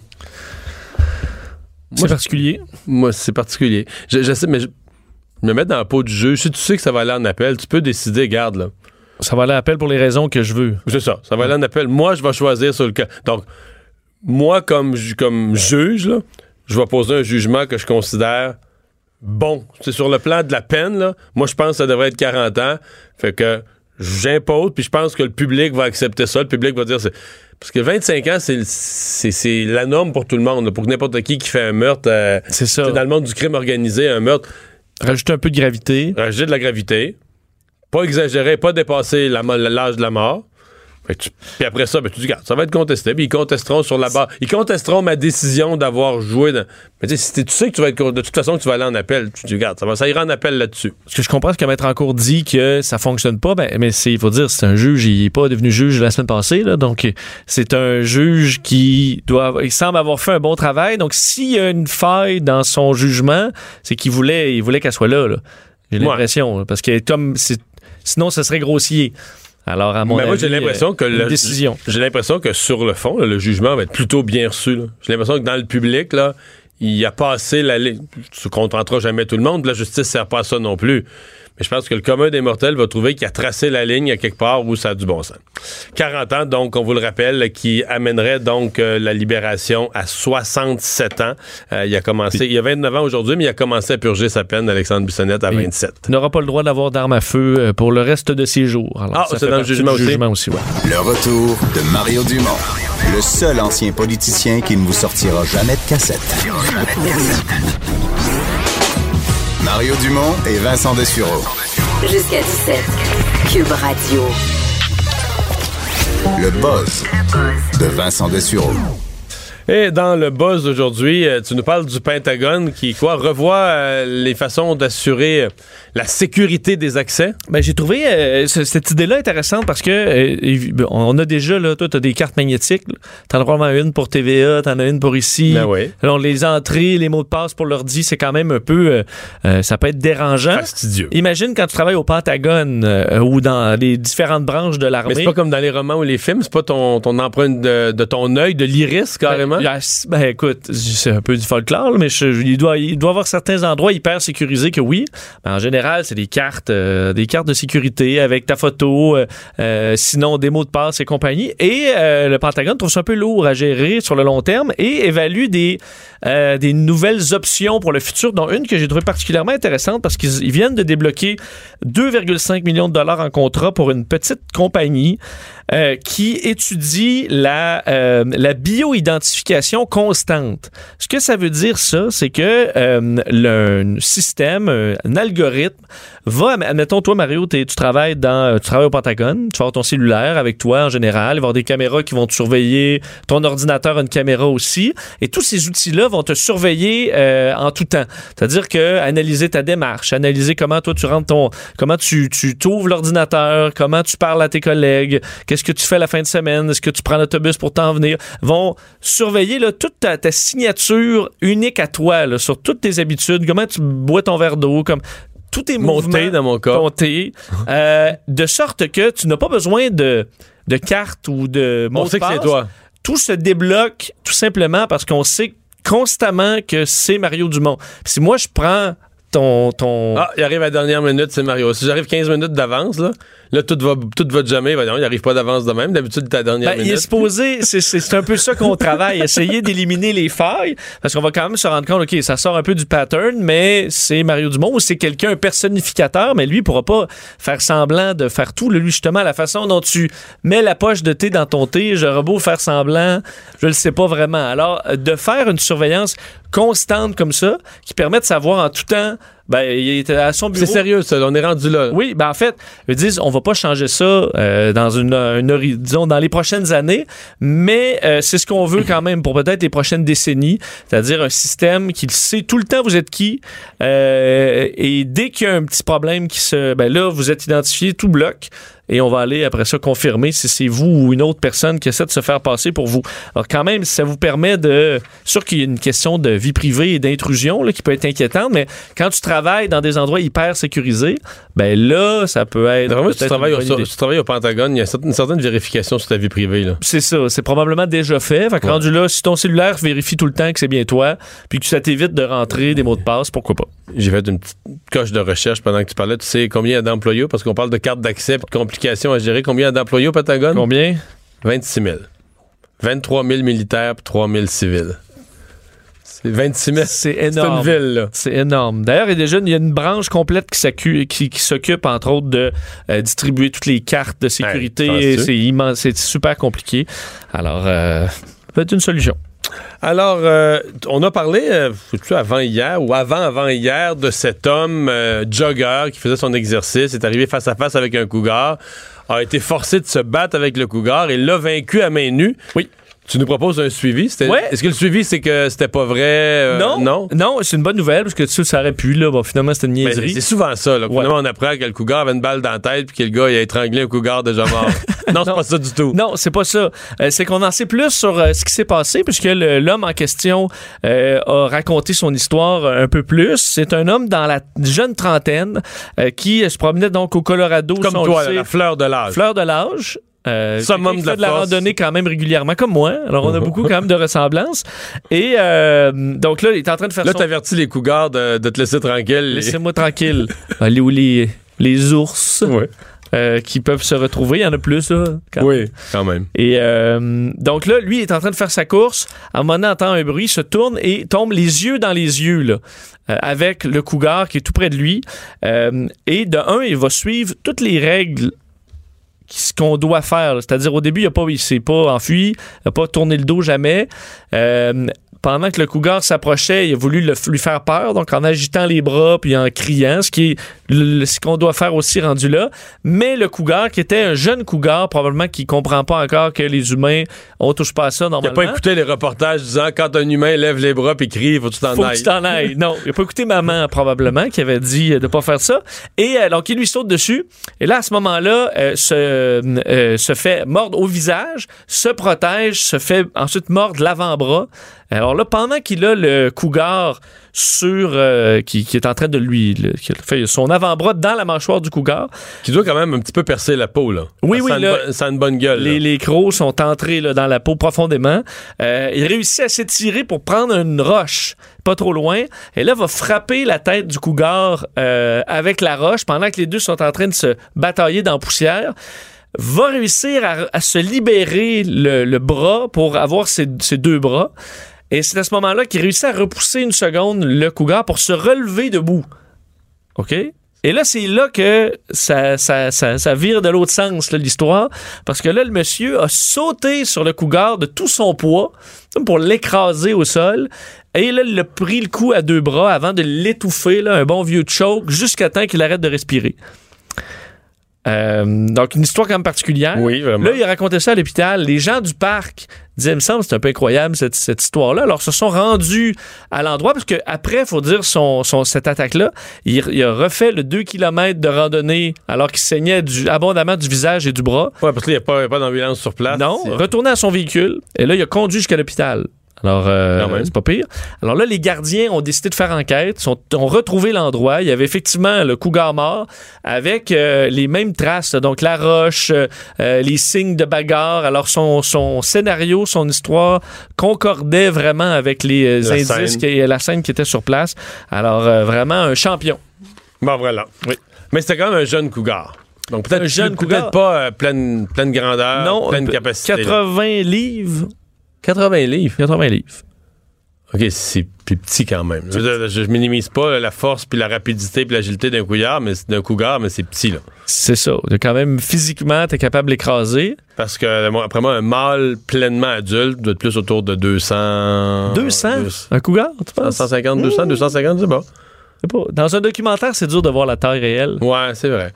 C'est particulier. Moi, c'est particulier. Je sais, mais je me mets dans la peau du juge. Si tu sais que ça va aller en appel, tu peux décider, garde, là. Ça va aller en appel pour les raisons que je veux. C'est ça. Ça va aller en appel. Moi, je vais choisir sur le cas. Donc, moi, comme juge, là, je vais poser un jugement que je considère bon. C'est sur le plan de la peine, là. Moi, je pense que ça devrait être 40 ans. Fait que j'impose, puis je pense que le public va accepter ça. Le public va dire... Parce que 25 ans, c'est la norme pour tout le monde. Là, pour n'importe qui fait un meurtre. C'est ça. Dans le monde du crime organisé, un meurtre... Rajouter un peu de gravité. Rajouter de la gravité. Pas exagérer, pas dépasser l'âge de la mort. Puis après ça, tu dis, regarde, ça va être contesté. Puis ils contesteront sur la base. Ils contesteront ma décision d'avoir joué dans... Mais tu sais que tu vas être... De toute façon, tu vas aller en appel. Tu dis, regarde, ça ira en appel là-dessus. Ce que je comprends, c'est que Maître Ancourt dit que ça fonctionne pas, mais il faut dire, c'est un juge, il n'est pas devenu juge la semaine passée, là, donc c'est un juge il semble avoir fait un bon travail. Donc, s'il y a une faille dans son jugement, c'est qu'il voulait qu'elle soit là. J'ai l'impression. Parce que sinon, ce serait grossier. Alors, à mon avis, moi, j'ai l'impression que décision. J'ai l'impression que sur le fond, là, le jugement va être plutôt bien reçu. Là. J'ai l'impression que dans le public, là, il a passé la ligne. Tu ne contenteras jamais tout le monde. La justice ne sert pas à ça non plus. Mais je pense que le commun des mortels va trouver qu'il a tracé la ligne à quelque part où ça a du bon sens. 40 ans, donc, on vous le rappelle, qui amènerait donc la libération à 67 ans. Il a 29 ans aujourd'hui, mais il a commencé à purger sa peine, Alexandre Bissonnette, à 27. Il n'aura pas le droit d'avoir d'armes à feu pour le reste de ses jours. Alors, c'est dans le jugement aussi. Ouais. Le retour de Mario Dumont, le seul ancien politicien qui ne vous sortira jamais de cassette. Mario Dumont et Vincent Dessureau. Jusqu'à 17. Cube Radio. Le buzz de Vincent Dessureau. Et dans le buzz aujourd'hui, tu nous parles du Pentagone qui, revoit les façons d'assurer la sécurité des accès. Ben, j'ai trouvé cette idée-là intéressante parce que on a déjà, là, toi, t'as des cartes magnétiques. Là. T'en as probablement une pour TVA, t'en as une pour ici. Ben oui. Alors, les entrées, les mots de passe pour l'ordi, c'est quand même un peu... ça peut être dérangeant. Fastidieux. Imagine quand tu travailles au Pentagone ou dans les différentes branches de l'armée. Mais c'est pas comme dans les romans ou les films, c'est pas ton empreinte de ton œil, de l'iris, carrément? Ben, écoute, c'est un peu du folklore, là, mais il doit y avoir certains endroits hyper sécurisés que oui. Mais en général, c'est des cartes de sécurité avec ta photo, sinon des mots de passe et compagnie. Et le Pentagone trouve ça un peu lourd à gérer sur le long terme et évalue des nouvelles options pour le futur, dont une que j'ai trouvée particulièrement intéressante parce qu'ils viennent de débloquer 2,5 millions de dollars en contrat pour une petite compagnie qui étudie la bio-identification constante. Ce que ça veut dire, ça, c'est que un système, un algorithme va, admettons, toi, Mario, tu travailles au Pentagone, tu vas avoir ton cellulaire avec toi en général, il va y avoir des caméras qui vont te surveiller, ton ordinateur a une caméra aussi, et tous ces outils-là vont te surveiller en tout temps. C'est-à-dire que analyser ta démarche, analyser comment toi tu rentres comment tu t'ouvres l'ordinateur, comment tu parles à tes collègues, qu'est-ce que tu fais la fin de semaine, est-ce que tu prends l'autobus pour t'en venir, vont surveiller là, toute ta signature unique à toi là, sur toutes tes habitudes, comment tu bois ton verre d'eau, comme tous tes mouvements, dans mon cas. De sorte que tu n'as pas besoin de carte ou de mot de passe. On sait que c'est toi. Tout se débloque tout simplement parce qu'on sait constamment que c'est Mario Dumont. Puis si moi je prends ton... Ah, il arrive à la dernière minute, c'est Mario. Si j'arrive 15 minutes d'avance, là tout va jamais. Ben non, il arrive pas d'avance de même. D'habitude, ta dernière minute. Il est supposé, c'est un peu ça qu'on travaille, essayer d'éliminer les failles, parce qu'on va quand même se rendre compte, OK, ça sort un peu du pattern, mais c'est Mario Dumont ou c'est quelqu'un, un personnificateur, mais lui, il pourra pas faire semblant de faire tout. Lui, justement, la façon dont tu mets la poche de thé dans ton thé, j'aurais beau faire semblant, je le sais pas vraiment. Alors, de faire une surveillance constante comme ça, qui permet de savoir en tout temps, ben, il était à son bureau. C'est sérieux, ça. On est rendu là. Oui, ben en fait, ils disent, on va pas changer ça disons, dans les prochaines années, mais c'est ce qu'on veut quand même pour peut-être les prochaines décennies, c'est-à-dire un système qui sait tout le temps vous êtes qui, et dès qu'il y a un petit problème ben là, vous êtes identifié, tout bloque. Et on va aller, après ça, confirmer si c'est vous ou une autre personne qui essaie de se faire passer pour vous. Alors, quand même, ça vous permet sûr qu'il y a une question de vie privée et d'intrusion là, qui peut être inquiétante, mais quand tu travailles dans des endroits hyper sécurisés, ben là, ça peut être... Vraiment, si tu travailles au Pentagone, il y a une certaine vérification sur ta vie privée. Là. C'est ça. C'est probablement déjà fait. Fait que rendu là, si ton cellulaire vérifie tout le temps que c'est bien toi, puis que ça t'évite de rentrer des mots de passe, pourquoi pas? J'ai fait une petite coche de recherche pendant que tu parlais. Tu sais combien il y a d'employés? Parce qu'on parle de carte d'accès et de complications à gérer. Combien il y a d'employés au Pentagone? Combien? 26 000. 23 000 militaires et 3 000 civils. C'est 26 000. C'est énorme. C'est une ville, là. C'est énorme. D'ailleurs, il y a une branche complète qui s'occupe, entre autres, de distribuer toutes les cartes de sécurité. C'est immense. C'est super compliqué. Alors, peut-être une solution. Alors, on a parlé avant-hier ou avant-avant-hier de cet homme jogger qui faisait son exercice, est arrivé face à face avec un cougar, a été forcé de se battre avec le cougar et l'a vaincu à main nue. Oui. Tu nous proposes un suivi? Ouais. Est-ce que le suivi, c'est que c'était pas vrai? Non, c'est une bonne nouvelle, parce que ça aurait pu, là. Bon, finalement, c'était une niaiserie. C'est souvent ça, là. Finalement, on apprend que le cougar avait une balle dans la tête puis que le gars, il a étranglé un cougar déjà mort. Non, c'est pas ça du tout. Non, c'est pas ça. C'est qu'on en sait plus sur ce qui s'est passé, puisque l'homme en question a raconté son histoire un peu plus. C'est un homme dans la jeune trentaine qui se promenait donc au Colorado. Comme toi, la fleur de l'âge. Fleur de l'âge. Summum de la randonnée quand même régulièrement, comme moi. Alors, on a beaucoup quand même de ressemblances. Et donc là, il est en train de faire Là, t'avertis les cougars de te laisser tranquille. Laissez-moi tranquille. Aller où les ours qui peuvent se retrouver. Il y en a plus, là. Quand même. Et donc là, lui, il est en train de faire sa course. À un moment donné, entend un bruit, se tourne et tombe les yeux dans les yeux, là. Avec le cougar qui est tout près de lui. Et de un, il va suivre toutes les règles ce qu'on doit faire. Là. C'est-à-dire, au début, il s'est pas enfui, il n'a pas tourné le dos jamais. Pendant que le cougar s'approchait, il a voulu lui faire peur, donc en agitant les bras puis en criant, ce qui est ce qu'on doit faire aussi rendu là. Mais le cougar, qui était un jeune cougar, probablement qui comprend pas encore que les humains, on touche pas à ça normalement. Il n'a pas écouté les reportages disant quand un humain lève les bras puis crie, faut que tu t'en ailles. Faut que tu t'en ailles. Non, il n'a pas écouté maman probablement qui avait dit de pas faire ça. Et donc il lui saute dessus. Et là à ce moment-là, se fait mordre au visage, se protège, se fait ensuite mordre l'avant-bras. Alors là, pendant qu'il a le cougar sur qui est en train de lui qui fait son avant-bras dans la mâchoire du cougar, qui doit quand même un petit peu percer la peau là. Oui, ça a une bonne gueule. Les crocs sont entrés là, dans la peau profondément. Il réussit à s'étirer pour prendre une roche pas trop loin, et là va frapper la tête du cougar avec la roche pendant que les deux sont en train de se batailler dans la poussière. Va réussir à se libérer le bras pour avoir ses deux bras. Et c'est à ce moment-là qu'il réussit à repousser une seconde le cougar pour se relever debout. OK? Et là, c'est là que ça vire de l'autre sens, là, l'histoire. Parce que là, le monsieur a sauté sur le cougar de tout son poids pour l'écraser au sol. Et là, il a pris le coup à deux bras avant de l'étouffer, là, un bon vieux choke, jusqu'à temps qu'il arrête de respirer. Donc, une histoire quand même particulière. Oui, vraiment. Là, il a raconté ça à l'hôpital. Les gens du parc disaient, il me semble, c'est un peu incroyable, cette histoire-là. Alors, se sont rendus à l'endroit, parce qu'après, il faut dire, cette attaque-là, il a refait le 2 km de randonnée alors qu'il saignait abondamment du visage et du bras. Oui, parce qu'il n'y a pas d'ambulance sur place. Non, retourné à son véhicule. Et là, il a conduit jusqu'à l'hôpital. Alors, c'est pas pire. Alors là, les gardiens ont décidé de faire enquête, ont retrouvé l'endroit. Il y avait effectivement le cougar mort avec les mêmes traces, donc la roche, les signes de bagarre. Alors, son scénario, son histoire concordait vraiment avec les indices et la scène qui était sur place. Alors, vraiment un champion. Bon, voilà. Oui. Mais c'était quand même un jeune cougar. Donc, peut-être, un jeune cougar. Pas pleine grandeur, non, pleine capacité. 80 livres. 80 livres. 80 livres. OK, c'est plus petit quand même. Je minimise pas la force puis la rapidité puis l'agilité d'un cougar, mais c'est petit, là. C'est ça. Quand même, physiquement, t'es capable de l'écraser. Parce que, après moi, un mâle pleinement adulte doit être plus autour de 200... 200? Un cougar, tu penses? 150, 200, 250, c'est bon. C'est pas. Dans un documentaire, c'est dur de voir la taille réelle. Ouais, c'est vrai.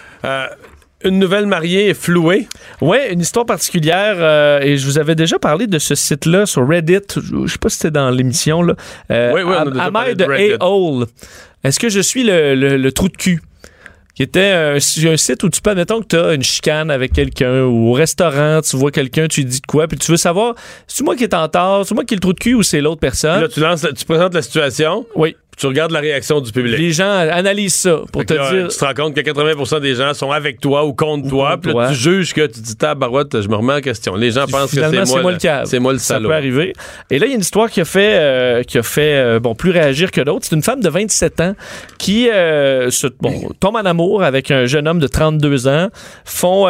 Une nouvelle mariée est flouée. Oui, une histoire particulière. Et je vous avais déjà parlé de ce site-là sur Reddit. Je sais pas si c'était dans l'émission. Là. Oui, on a déjà parlé de Reddit. A-Hole. Est-ce que je suis le trou de cul? Qui était un site où tu peux, admettons que tu as une chicane avec quelqu'un ou au restaurant, tu vois quelqu'un, tu lui dis de quoi, puis tu veux savoir, c'est moi qui est en tort, c'est moi qui est le trou de cul ou c'est l'autre personne? Là, tu présentes la situation. Oui. Tu regardes la réaction du public. Les gens analysent ça pour te dire... Tu te rends compte que 80% des gens sont avec toi ou contre toi. Puis là, tu juges que tu dis, tabarouette, je me remets en question. Les gens pensent que c'est moi le cave. C'est moi le salaud. Ça peut arriver. Et là, il y a une histoire qui a fait plus réagir que d'autres. C'est une femme de 27 ans qui tombe en amour avec un jeune homme de 32 ans. Font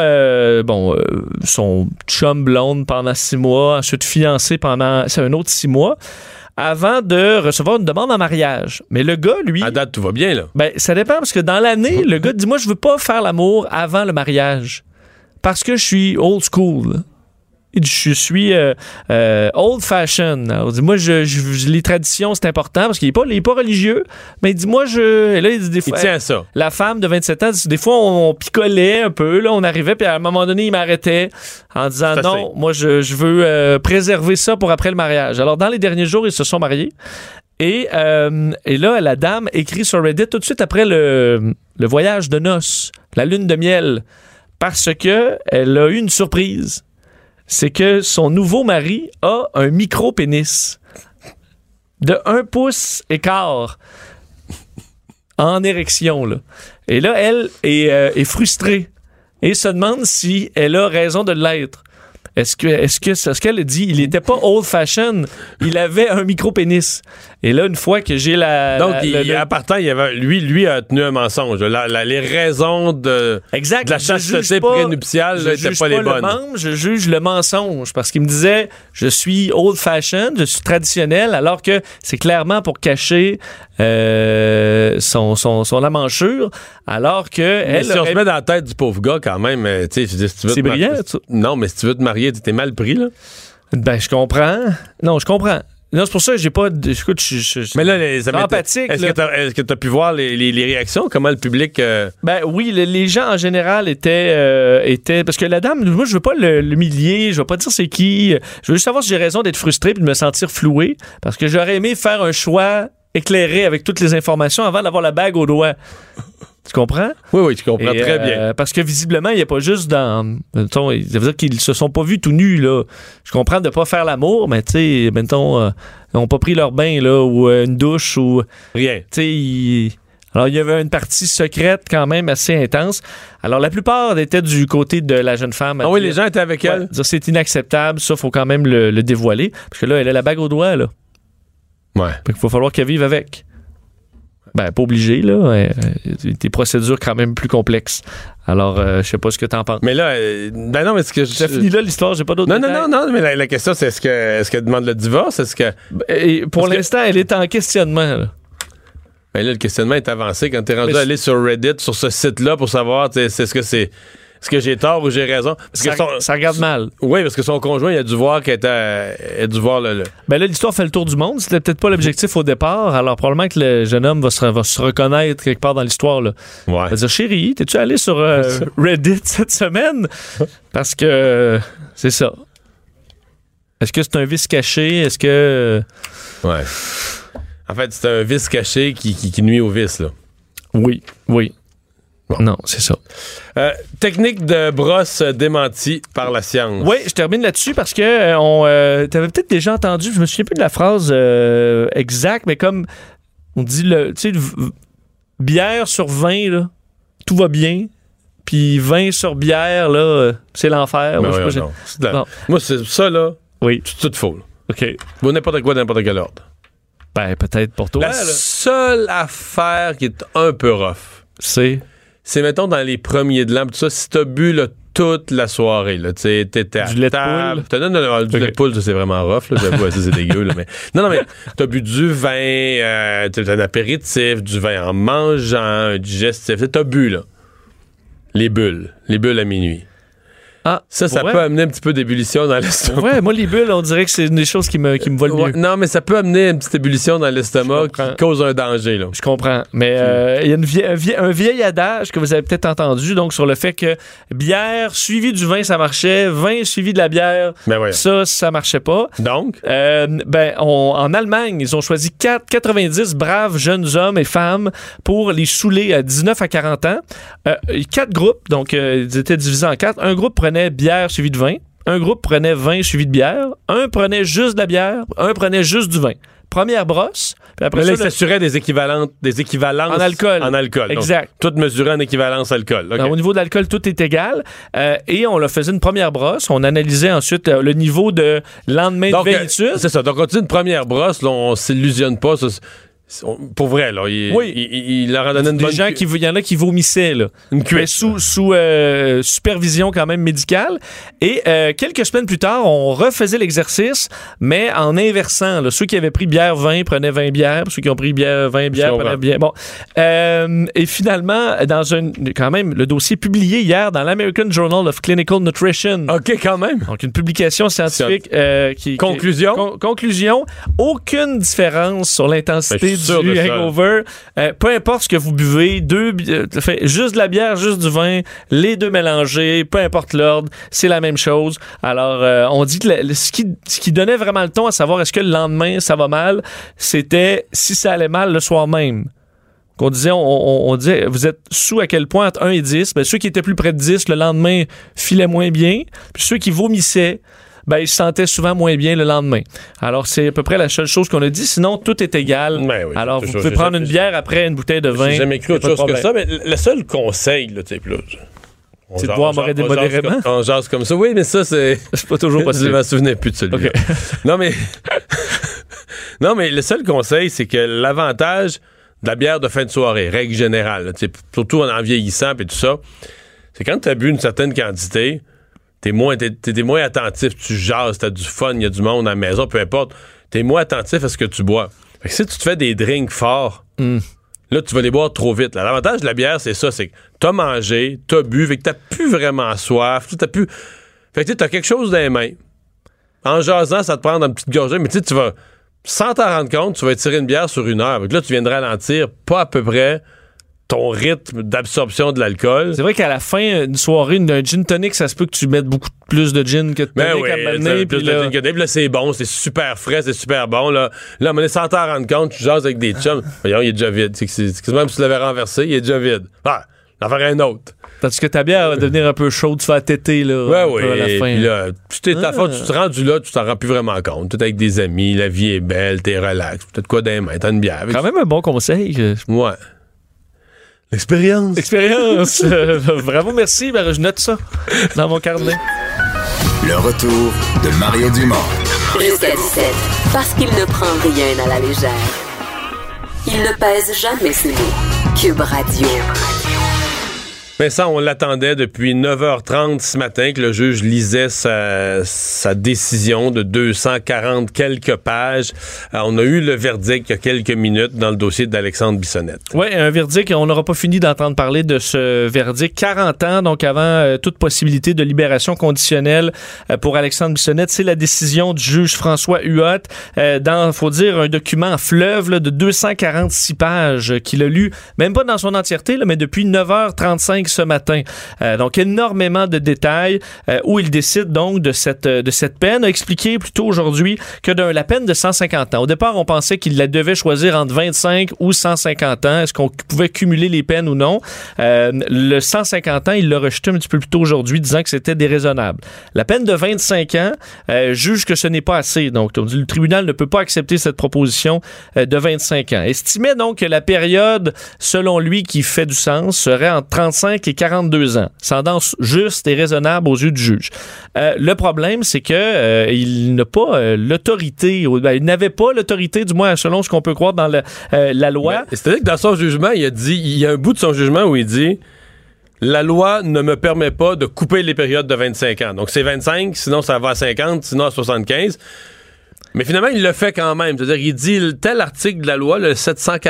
son chum blonde pendant 6 mois, ensuite fiancé pendant un autre 6 mois. Avant de recevoir une demande en mariage. Mais le gars, lui... À date, tout va bien, là. Ben, ça dépend, parce que dans l'année, le gars dit, moi, je veux pas faire l'amour avant le mariage. Parce que je suis old school. Il dit, je suis old fashion. Alors, il dit, moi, les traditions, c'est important, parce qu'il est pas religieux. Mais il dit, moi, et là, il dit, des fois... Il tient à ça. La femme de 27 ans, des fois, on picolait un peu, là, on arrivait, puis à un moment donné, il m'arrêtait en disant, non, moi, je veux préserver ça pour après le mariage. Alors, dans les derniers jours, ils se sont mariés. Et là, la dame écrit sur Reddit tout de suite après le voyage de noces, la lune de miel, parce que elle a eu une surprise. C'est que son nouveau mari a un micro-pénis de 1 pouce et quart en érection, là. Et là, elle est frustrée et se demande si elle a raison de l'être. Est-ce qu'elle a dit, il était pas old-fashioned, il avait un micro-pénis. Et là, une fois que j'ai Donc, à partant, il y avait, lui a tenu un mensonge. Les raisons de la chasteté prénuptiale n'étaient pas les bonnes. Je juge le mensonge parce qu'il me disait, je suis old-fashioned, je suis traditionnel, alors que c'est clairement pour cacher son amanchure, alors que... Mais si on se met dans la tête du pauvre gars, quand même, tu sais, si tu veux... C'est brillant, Non, mais si tu veux te marier, t'es mal pris, là. Ben, je comprends. Non, je comprends. Non, c'est pour ça que j'ai pas... Écoute, mais là, empathique. Est-ce que tu as pu voir les réactions? Comment le public... Ben oui, les gens, en général, étaient... Parce que la dame, moi, je veux pas l'humilier, je veux pas dire c'est qui. Je veux juste savoir si j'ai raison d'être frustré et de me sentir floué. Parce que j'aurais aimé faire un choix éclairé avec toutes les informations avant d'avoir la bague au doigt. Tu comprends? Oui, tu comprends très bien. Parce que visiblement, il n'y a pas juste dans... Mettons, ça veut dire qu'ils se sont pas vus tout nus, là. Je comprends de pas faire l'amour, mais tu sais, mettons, ils n'ont pas pris leur bain, là, ou une douche, ou... Rien. Tu sais, alors, il y avait une partie secrète quand même assez intense. Alors, la plupart étaient du côté de la jeune femme. Ah oui, les gens étaient avec elle? Dire, c'est inacceptable, ça, il faut quand même le dévoiler. Parce que là, elle a la bague au doigt, là. Ouais. Il va falloir qu'elle vive avec. Ben, pas obligé, là. Des procédures quand même plus complexes. Alors, je sais pas ce que t'en penses. Mais là, ben non, mais est-ce que... J'ai fini là l'histoire, j'ai pas d'autres détails. Non, mais la question, c'est est-ce qu'elle demande le divorce? Est-ce que... Et pour l'instant, elle est en questionnement, là. Ben là, le questionnement est avancé quand t'es rendu à aller sur Reddit, sur ce site-là, pour savoir, est-ce que j'ai tort ou j'ai raison? Parce que ça regarde mal. Oui, parce que son conjoint, il a dû voir qu'elle a dû voir le... Ben là, l'histoire fait le tour du monde. C'était peut-être pas l'objectif au départ. Alors, probablement que le jeune homme va se reconnaître quelque part dans l'histoire, là. Ouais. Il va dire, chérie, t'es-tu allé sur Reddit cette semaine? Parce que c'est ça. Est-ce que c'est un vice caché? Est-ce que... Ouais. En fait, c'est un vice caché qui nuit au vice, là. Oui. Bon. Non, c'est ça. Technique de brosse démentie par la science. Oui, je termine là-dessus parce que t'avais peut-être déjà entendu, je me souviens plus de la phrase exacte, mais comme on dit, bière sur vin, là, tout va bien. Puis vin sur bière, là, c'est l'enfer. Moi, moi, c'est ça, là. Oui. C'est tout faux. Là. OK. Ou n'importe quoi, n'importe quel ordre. Ben, peut-être pour toi. La seule affaire qui est un peu rough, c'est, mettons, dans les premiers de lampe, tout ça, si t'as bu là, toute la soirée, là, tu sais, t'étais à du lait table. de poule? Non, du lait de poule, ça, c'est vraiment rough, là, j'avoue, ça, c'est dégueu, là, mais... Non, mais t'as bu du vin, t'as un apéritif, du vin en mangeant, un digestif, t'as bu, là, les bulles à minuit. Ah, ça peut amener un petit peu d'ébullition dans l'estomac. Ouais, moi, les bulles, on dirait que c'est des choses qui me volent mieux. Non, mais ça peut amener une petite ébullition dans l'estomac qui cause un danger, là. Je comprends. Mais il y a un vieil adage que vous avez peut-être entendu, donc, sur le fait que bière suivie du vin, ça marchait, vin suivi de la bière, ça marchait pas. Donc? En Allemagne, ils ont choisi 90 braves jeunes hommes et femmes pour les saouler à 19 à 40 ans. 4 groupes, donc ils étaient divisés en 4. Un groupe prenait bière suivie de vin, un groupe prenait vin suivi de bière, un prenait juste de la bière, un prenait juste du vin. Première brosse, puis après ça... Là, ils s'assuraient des équivalences en alcool. En alcool. Exact. Donc, tout mesuré en équivalence alcool. Okay. Au niveau de l'alcool, tout est égal. Et on leur faisait une première brosse. On analysait ensuite le niveau de lendemain de veillitude. C'est ça. Donc, on dit une première brosse, là, on s'illusionne pas. Ça, pour vrai, là. Il leur a donné une bonne... Il y en a qui vomissaient, là. Une cuisse. Sous supervision quand même médicale. Et quelques semaines plus tard, on refaisait l'exercice, mais en inversant. Là. Ceux qui avaient pris bière-vin prenaient vin-bière. Ceux qui ont pris vin-bière prenaient bière. Bon. Et finalement, quand même, le dossier publié hier dans l'American Journal of Clinical Nutrition. OK, quand même. Donc, une publication scientifique Conclusion. Conclusion. Aucune différence sur l'intensité du hangover. Peu importe ce que vous buvez, juste de la bière, juste du vin, les deux mélangés, peu importe l'ordre, c'est la même chose. Alors, on dit que ce qui donnait vraiment le ton à savoir est-ce que le lendemain ça va mal, c'était si ça allait mal le soir même. On disait, on disait, vous êtes sous à quel point entre 1 et 10, ceux qui étaient plus près de 10, le lendemain, filaient moins bien, puis ceux qui vomissaient, ils se sentaient souvent moins bien le lendemain. Alors, c'est à peu près la seule chose qu'on a dit. Sinon, tout est égal. Oui, alors, vous pouvez prendre une bière après une bouteille de vin. J'ai jamais cru autre chose que ça, mais le seul conseil, là, tu sais, C'est de boire modérément. On jase comme ça. Oui, mais ça, c'est pas toujours possible. Je me souvenais plus de celui-là. Okay. Non, mais le seul conseil, c'est que l'avantage de la bière de fin de soirée, règle générale, là, surtout en vieillissant et tout ça, c'est quand tu as bu une certaine quantité, t'es moins attentif, tu jases, t'as du fun, il y a du monde à la maison, peu importe, t'es moins attentif à ce que tu bois. Fait que si tu te fais des drinks forts, là, tu vas les boire trop vite. Là. L'avantage de la bière, c'est ça, c'est que t'as mangé, t'as bu, fait que t'as plus vraiment soif, fait que t'as quelque chose dans les mains. En jasant, ça te prend une petite gorgée, mais tu vas, sans t'en rendre compte, tu vas étirer une bière sur 1 heure. Donc là, tu viens de ralentir pas à peu près ton rythme d'absorption de l'alcool. C'est vrai qu'à la fin d'une soirée, d'un gin tonic, ça se peut que tu mettes beaucoup plus de gin que de tonic à m'amener. Puis là, c'est bon, c'est super frais, c'est super bon. Là, à un moment donné, sans t'en rendre compte, tu jases avec des chums. Voyons, il est déjà vide. C'est même si tu l'avais renversé, il est déjà vide. Ah, en faire un autre. Tandis que ta bière va devenir un peu chaude, tu vas téter là, oui, à la fin. Puis là, tu te rends là, tu t'en rends plus vraiment compte. Tu es avec des amis, la vie est belle, t'es relax, peut-être quoi dans les mains, t'as une bière. Quand même un bon conseil. Ouais. L'expérience. Bravo, merci. Ben, je note ça dans mon carnet. Le retour de Mario Dumont. Jusqu'à 17, parce qu'il ne prend rien à la légère. Il ne pèse jamais ses mots. Cube Radio. Vincent, on l'attendait depuis 9h30 ce matin que le juge lisait sa décision de 240 quelques pages. On a eu le verdict il y a quelques minutes dans le dossier d'Alexandre Bissonnette. Oui, un verdict. On n'aura pas fini d'entendre parler de ce verdict. 40 ans, donc avant toute possibilité de libération conditionnelle pour Alexandre Bissonnette. C'est la décision du juge François Huot dans, faut dire, un document en fleuve là, de 246 pages qu'il a lu, même pas dans son entièreté, là, mais depuis 9h35 ce matin. Donc, énormément de détails où il décide donc de cette peine. A expliqué plutôt aujourd'hui que la peine de 150 ans. Au départ, on pensait qu'il la devait choisir entre 25 ou 150 ans. Est-ce qu'on pouvait cumuler les peines ou non? Le 150 ans, il l'a rejeté un petit peu plus tôt aujourd'hui, disant que c'était déraisonnable. La peine de 25 ans juge que ce n'est pas assez. Donc, le tribunal ne peut pas accepter cette proposition de 25 ans. Estimait donc que la période, selon lui, qui fait du sens, serait entre 35 et 42 ans. Sentence juste et raisonnable aux yeux du juge. Le problème, c'est que il n'a pas l'autorité, il n'avait pas l'autorité, du moins selon ce qu'on peut croire dans la loi. C'est-à-dire que dans son jugement, il y a un bout de son jugement où il dit « La loi ne me permet pas de couper les périodes de 25 ans. » Donc c'est 25, sinon ça va à 50, sinon à 75. Mais finalement, il le fait quand même. C'est-à-dire qu'il dit tel article de la loi, le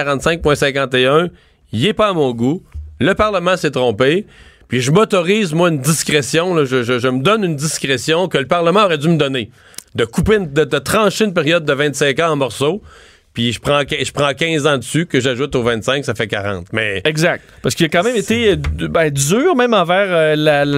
745.51, il n'est pas à mon goût. Le Parlement s'est trompé, puis je m'autorise, moi, une discrétion, là, je me donne une discrétion que le Parlement aurait dû me donner, de couper, de trancher une période de 25 ans en morceaux, puis je prends 15 ans dessus, que j'ajoute aux 25, ça fait 40. Mais exact. Parce qu'il a quand même été dur, même envers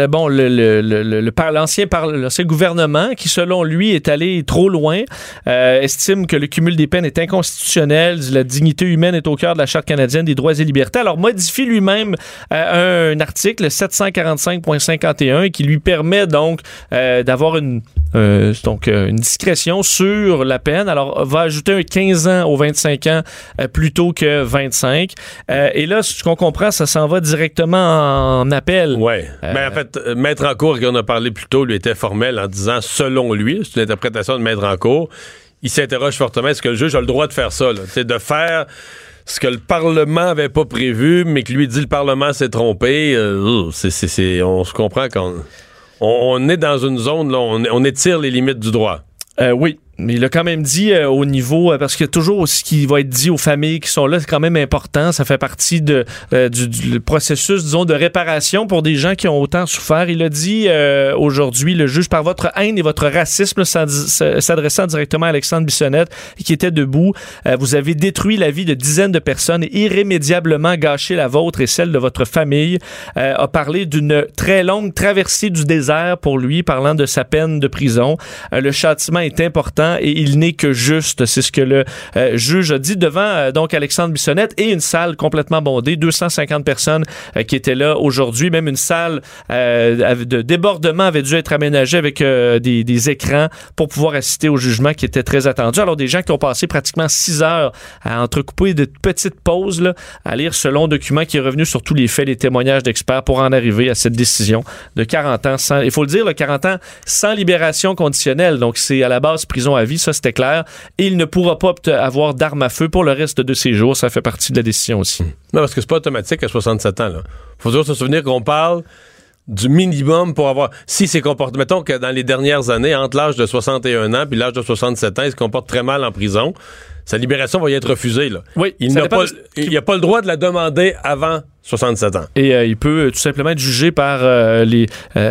l'ancien gouvernement, qui, selon lui, est allé trop loin, estime que le cumul des peines est inconstitutionnel, la dignité humaine est au cœur de la Charte canadienne des droits et libertés. Alors, modifie lui-même un article, 745.51, qui lui permet donc d'avoir une discrétion sur la peine. Alors, va ajouter un 15 ans aux 25 ans plutôt que 25. Et là, ce qu'on comprend, ça s'en va directement en appel. Oui. En fait, Maître en cour, qui en a parlé plus tôt, lui était formel en disant, selon lui, c'est une interprétation de Maître en cour, il s'interroge fortement, est-ce que le juge a le droit de faire ça? C'est de faire ce que le Parlement avait pas prévu, mais que lui dit le Parlement s'est trompé. On se comprend qu'on est dans une zone, là, on étire les limites du droit. Oui. Mais il a quand même dit au niveau, parce que toujours ce qui va être dit aux familles qui sont là, c'est quand même important. Ça fait partie du processus, disons, de réparation pour des gens qui ont autant souffert. Il a dit aujourd'hui, le juge, par votre haine et votre racisme, s'adressant directement à Alexandre Bissonnette, qui était debout, vous avez détruit la vie de dizaines de personnes et irrémédiablement gâché la vôtre et celle de votre famille. A parlé d'une très longue traversée du désert pour lui, parlant de sa peine de prison. Le châtiment est important. temps et il n'est que juste. C'est ce que le juge a dit devant donc Alexandre Bissonnette et une salle complètement bondée, 250 personnes qui étaient là aujourd'hui. Même une salle de débordement avait dû être aménagée avec des écrans pour pouvoir assister au jugement qui était très attendu. Alors des gens qui ont passé pratiquement 6 heures à entrecouper de petites pauses là, à lire ce long document qui est revenu sur tous les faits, les témoignages d'experts pour en arriver à cette décision de 40 ans sans, il faut le dire, 40 ans sans libération conditionnelle. Donc c'est à la base prison à vie, ça c'était clair. Et il ne pourra pas avoir d'arme à feu pour le reste de ses jours. Ça fait partie de la décision aussi. Non, parce que c'est pas automatique à 67 ans. Il faut toujours se souvenir qu'on parle du minimum pour avoir... Si c'est comporté... Mettons que dans les dernières années, entre l'âge de 61 ans puis l'âge de 67 ans, il se comporte très mal en prison. Sa libération va y être refusée. Là. Oui, il n'a pas le droit de la demander avant 67 ans. Et il peut tout simplement être jugé par les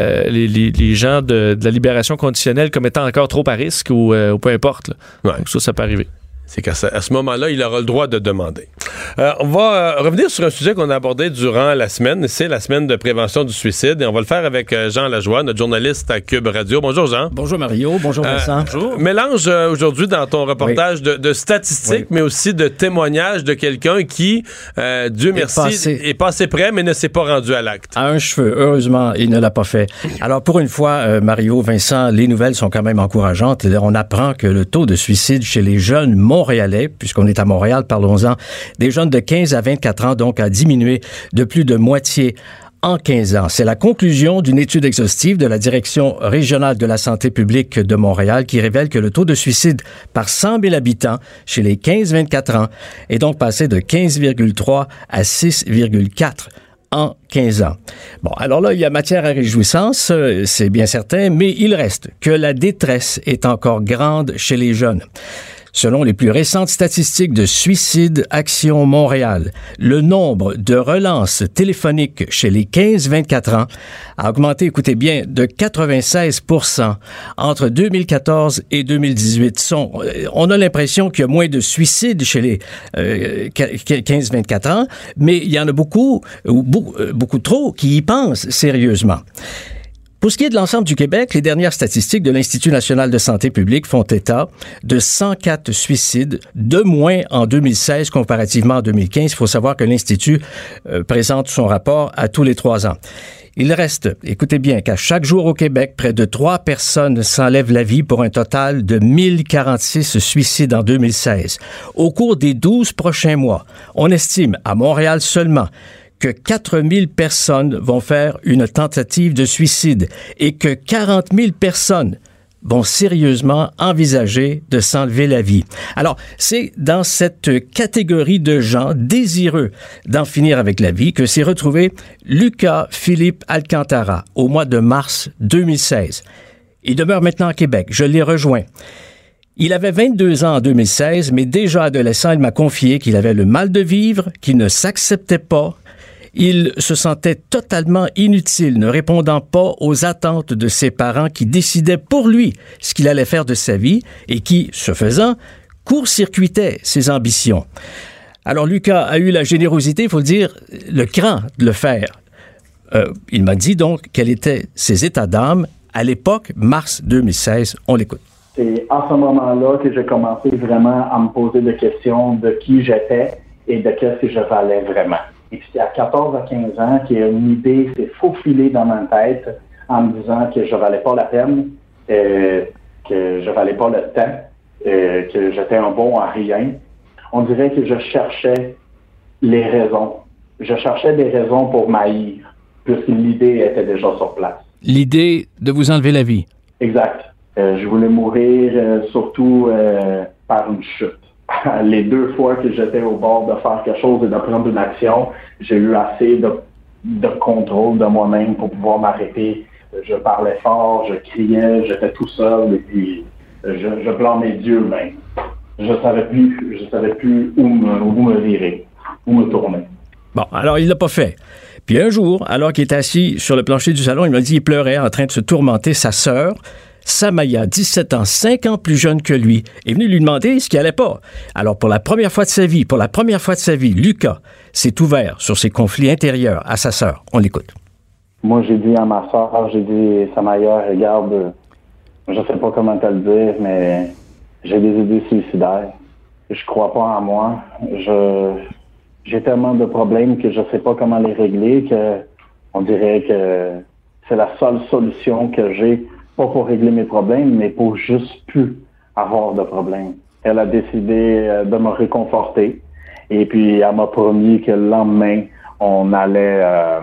gens de la libération conditionnelle comme étant encore trop à risque ou peu importe. Ouais. Donc ça peut arriver. C'est qu'à ce moment-là, il aura le droit de demander. On va revenir sur un sujet qu'on a abordé durant la semaine. C'est la semaine de prévention du suicide. Et on va le faire avec Jean Lajoie, notre journaliste à Cube Radio. Bonjour, Jean. Bonjour, Mario. Bonjour, Vincent. Bonjour. Mélange aujourd'hui dans ton reportage de statistiques, mais aussi de témoignages de quelqu'un qui, Dieu merci, est passé près, mais ne s'est pas rendu à l'acte. À un cheveu. Heureusement, il ne l'a pas fait. Alors, pour une fois, Mario, Vincent, les nouvelles sont quand même encourageantes. On apprend que le taux de suicide chez les jeunes Montréalais, puisqu'on est à Montréal, parlons-en, des jeunes de 15 à 24 ans, donc a diminué de plus de moitié en 15 ans. C'est la conclusion d'une étude exhaustive de la Direction régionale de la santé publique de Montréal qui révèle que le taux de suicide par 100 000 habitants chez les 15-24 ans est donc passé de 15,3 à 6,4 en 15 ans. Bon, alors là, il y a matière à réjouissance, c'est bien certain, mais il reste que la détresse est encore grande chez les jeunes. Selon les plus récentes statistiques de Suicide Action Montréal, le nombre de relances téléphoniques chez les 15-24 ans a augmenté, écoutez bien, de 96% entre 2014 et 2018. On a l'impression qu'il y a moins de suicides chez les 15-24 ans, mais il y en a beaucoup trop qui y pensent sérieusement. Pour ce qui est de l'ensemble du Québec, les dernières statistiques de l'Institut national de santé publique font état de 104 suicides de moins en 2016 comparativement en 2015. Il faut savoir que l'Institut présente son rapport à tous les 3 ans. Il reste, écoutez bien, qu'à chaque jour au Québec, près de 3 personnes s'enlèvent la vie pour un total de 1046 suicides en 2016. Au cours des 12 prochains mois, on estime à Montréal seulement que 4000 personnes vont faire une tentative de suicide et que 40 000 personnes vont sérieusement envisager de s'enlever la vie. Alors, c'est dans cette catégorie de gens désireux d'en finir avec la vie que s'est retrouvé Lucas Philippe Alcantara au mois de mars 2016. Il demeure maintenant à Québec. Je l'ai rejoint. Il avait 22 ans en 2016, mais déjà adolescent, il m'a confié qu'il avait le mal de vivre, qu'il ne s'acceptait pas. Il se sentait totalement inutile, ne répondant pas aux attentes de ses parents qui décidaient pour lui ce qu'il allait faire de sa vie et qui, ce faisant, court-circuitaient ses ambitions. Alors Lucas a eu la générosité, il faut le dire, le cran de le faire. Il m'a dit donc quels étaient ses états d'âme à l'époque, mars 2016. On l'écoute. C'est à ce moment-là que j'ai commencé vraiment à me poser des questions de qui j'étais et de qu'est-ce que je valais vraiment. Et puis, c'est à 14 à 15 ans qu'une idée s'est faufilée dans ma tête en me disant que je valais pas la peine, que je valais pas le temps, que j'étais un bon à rien. On dirait que je cherchais les raisons. Je cherchais des raisons pour m'haïr, puisque l'idée était déjà sur place. L'idée de vous enlever la vie. Exact. Je voulais mourir surtout par une chute. Les 2 fois que j'étais au bord de faire quelque chose et de prendre une action, j'ai eu assez de contrôle de moi-même pour pouvoir m'arrêter. Je parlais fort, je criais, j'étais tout seul et puis je blâmais Dieu même. Je savais plus où me virer, où me tourner. Bon, alors il l'a pas fait. Puis un jour, alors qu'il était assis sur le plancher du salon, il m'a dit qu'il pleurait en train de se tourmenter. Sa sœur, Samaya, 17 ans, 5 ans plus jeune que lui, est venue lui demander ce qui allait pas. Alors, pour la première fois de sa vie, Lucas s'est ouvert sur ses conflits intérieurs à sa sœur. On l'écoute. Moi, j'ai dit à ma sœur, Samaya, regarde, je sais pas comment te le dire, mais j'ai des idées suicidaires. Je crois pas en moi. J'ai tellement de problèmes que je sais pas comment les régler, que on dirait que c'est la seule solution que j'ai, pas pour régler mes problèmes, mais pour juste plus avoir de problèmes. Elle a décidé de me réconforter. Et puis, elle m'a promis que le lendemain, on allait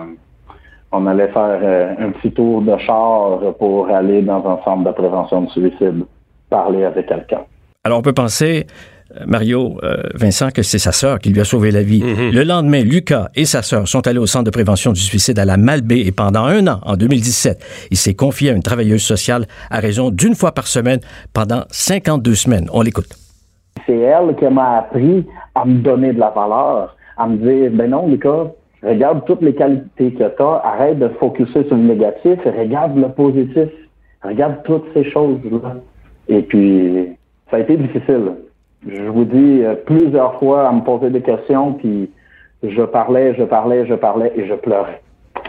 faire un petit tour de char pour aller dans un centre de prévention du suicide, parler avec quelqu'un. Alors, on peut penser, Mario, Vincent, que c'est sa sœur qui lui a sauvé la vie. Mm-hmm. Le lendemain, Lucas et sa sœur sont allés au centre de prévention du suicide à la Malbaie et pendant 1 an, en 2017, il s'est confié à une travailleuse sociale à raison d'1 fois par semaine pendant 52 semaines. On l'écoute. C'est elle qui m'a appris à me donner de la valeur, à me dire, ben non, Lucas, regarde toutes les qualités que tu as, arrête de focusser sur le négatif et regarde le positif. Regarde toutes ces choses-là. Et puis, ça a été difficile. Je vous dis, plusieurs fois, à me poser des questions, puis je parlais et je pleurais.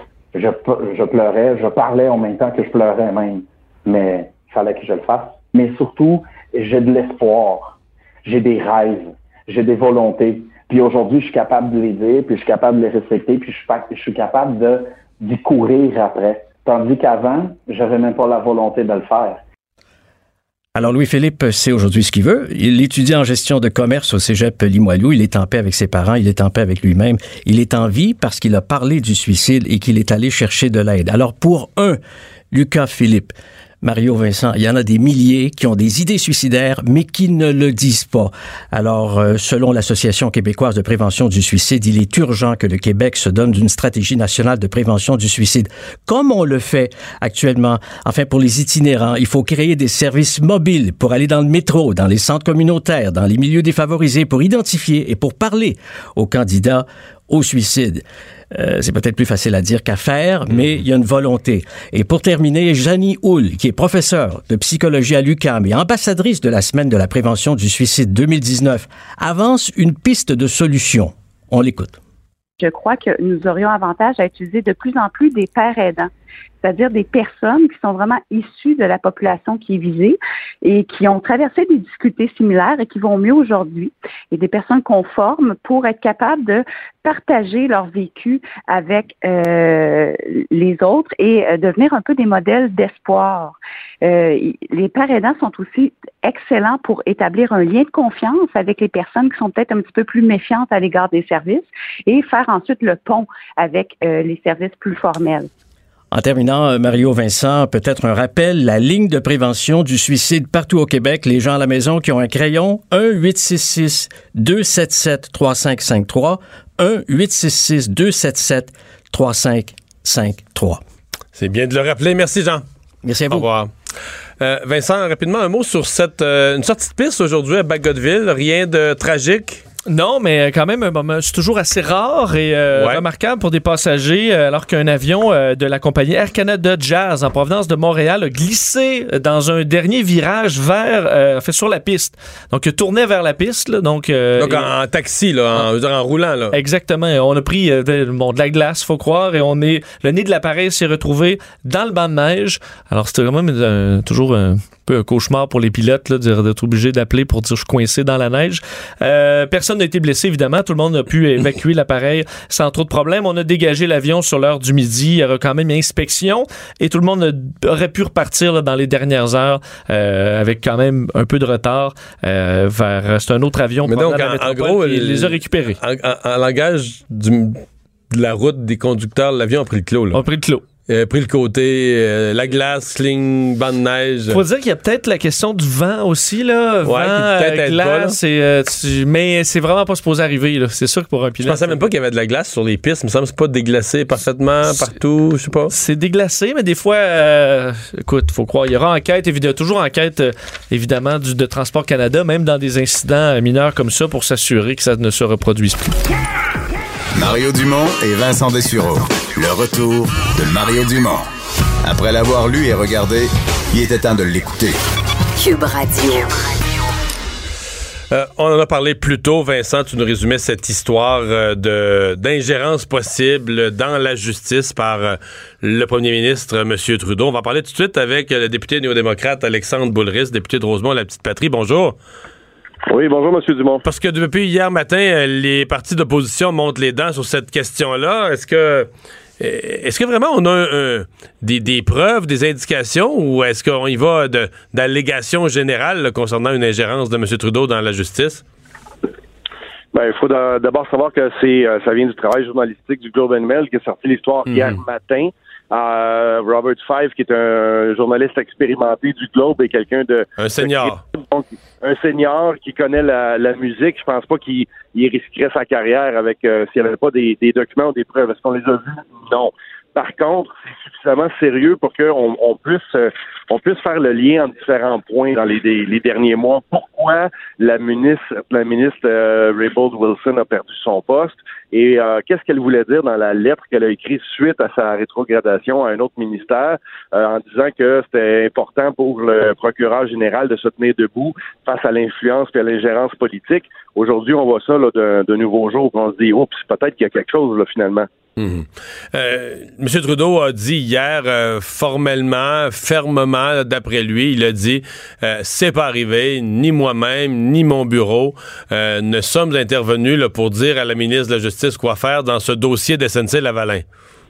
Je pleurais, je parlais en même temps que je pleurais même. Mais il fallait que je le fasse. Mais surtout, j'ai de l'espoir. J'ai des rêves, j'ai des volontés. Puis aujourd'hui, je suis capable de les dire, puis je suis capable de les respecter, puis je suis capable d'y courir après. Tandis qu'avant, j'avais même pas la volonté de le faire. Alors, Louis-Philippe sait aujourd'hui ce qu'il veut. Il étudie en gestion de commerce au cégep Limoilou. Il est en paix avec ses parents, il est en paix avec lui-même. Il est en vie parce qu'il a parlé du suicide et qu'il est allé chercher de l'aide. Alors, pour Lucas Philippe, Mario, Vincent, il y en a des milliers qui ont des idées suicidaires, mais qui ne le disent pas. Alors, selon l'Association québécoise de prévention du suicide, il est urgent que le Québec se donne d'une stratégie nationale de prévention du suicide. Comme on le fait actuellement, enfin pour les itinérants, il faut créer des services mobiles pour aller dans le métro, dans les centres communautaires, dans les milieux défavorisés, pour identifier et pour parler aux candidats au suicide. C'est peut-être plus facile à dire qu'à faire, mais il y a une volonté. Et pour terminer, Janie Houle, qui est professeure de psychologie à l'UQAM et ambassadrice de la Semaine de la prévention du suicide 2019, avance une piste de solution. On l'écoute. Je crois que nous aurions avantage à utiliser de plus en plus des pairs aidants, c'est-à-dire des personnes qui sont vraiment issues de la population qui est visée et qui ont traversé des difficultés similaires et qui vont mieux aujourd'hui, et des personnes qu'on forme pour être capables de partager leur vécu avec les autres et devenir un peu des modèles d'espoir. Les pairs aidants sont aussi excellents pour établir un lien de confiance avec les personnes qui sont peut-être un petit peu plus méfiantes à l'égard des services et faire ensuite le pont avec les services plus formels. En terminant, Mario, Vincent, peut-être un rappel, la ligne de prévention du suicide partout au Québec, les gens à la maison qui ont un crayon, 1-866-277-3553, 1-866-277-3553. C'est bien de le rappeler. Merci, Jean. Merci à vous. Au revoir. Vincent, rapidement, un mot sur une sortie de piste aujourd'hui à Bagotville. Rien de tragique? Non, mais quand même, c'est toujours assez rare et remarquable pour des passagers, alors qu'un avion de la compagnie Air Canada Jazz en provenance de Montréal a glissé dans un dernier virage sur la piste. Donc, il tournait vers la piste. Là, donc en taxi, là, en roulant. Là. Exactement. On a pris de la glace, faut croire, et le nez de l'appareil s'est retrouvé dans le banc de neige. Alors, c'était quand même toujours un peu un cauchemar pour les pilotes là, d'être obligés d'appeler pour dire je suis coincé dans la neige. Personne n'a été blessé, évidemment. Tout le monde a pu évacuer l'appareil sans trop de problèmes. On a dégagé l'avion sur l'heure du midi. Il y aura quand même une inspection et tout le monde aurait pu repartir là, dans les dernières heures avec quand même un peu de retard c'est un autre avion. Mais donc, en gros, il les a récupérés. En langage de la route des conducteurs, l'avion a pris le clos. Là. A pris le clos. Pris le côté, la glace, ligne, banc de neige. Faut dire qu'il y a peut-être la question du vent aussi, là. Ouais, vent, qui peut-être glace, mais c'est vraiment pas supposé arriver, là. C'est sûr que pour un pilote. Je pensais même pas qu'il y avait de la glace sur les pistes. Il me semble que c'est pas déglacé parfaitement partout, je sais pas. C'est déglacé, mais des fois, écoute, faut croire, il y aura enquête, toujours enquête, évidemment, de Transport Canada, même dans des incidents mineurs comme ça, pour s'assurer que ça ne se reproduise plus. Mario Dumont et Vincent Dessureau. Le retour de Mario Dumont. Après l'avoir lu et regardé, il était temps de l'écouter. Cube Radio. On en a parlé plus tôt, Vincent, tu nous résumais cette histoire d'ingérence possible dans la justice par le premier ministre, M. Trudeau. On va parler tout de suite avec le député néo-démocrate Alexandre Boulris, député de Rosemont-la-Petite-Patrie. Bonjour. Oui, bonjour, M. Dumont. Parce que depuis hier matin, les partis d'opposition montent les dents sur cette question-là. Est-ce que vraiment on a des preuves, des indications, ou est-ce qu'on y va d'allégations générales là, concernant une ingérence de M. Trudeau dans la justice? Ben, il faut d'abord savoir que ça vient du travail journalistique du Globe and Mail qui a sorti l'histoire hier matin. Robert Fife, qui est un journaliste expérimenté du Globe et quelqu'un de... Un senior. Donc, un senior qui connaît la musique. Je pense pas qu'il risquerait sa carrière avec s'il n'y avait pas des documents ou des preuves. Est-ce qu'on les a vus? Non. Par contre, c'est suffisamment sérieux pour qu'on puisse faire le lien entre différents points dans les derniers mois. Pourquoi la ministre Raybould Wilson a perdu son poste et qu'est-ce qu'elle voulait dire dans la lettre qu'elle a écrite suite à sa rétrogradation à un autre ministère en disant que c'était important pour le procureur général de se tenir debout face à l'influence et à l'ingérence politique. Aujourd'hui, on voit ça là, de nouveaux jours, on se dit, oups, peut-être qu'il y a quelque chose là, finalement. M. Trudeau a dit hier formellement, fermement, d'après lui, il a dit c'est pas arrivé, ni moi-même, ni mon bureau ne sommes intervenus là, pour dire à la ministre de la Justice quoi faire dans ce dossier de SNC-Lavalin.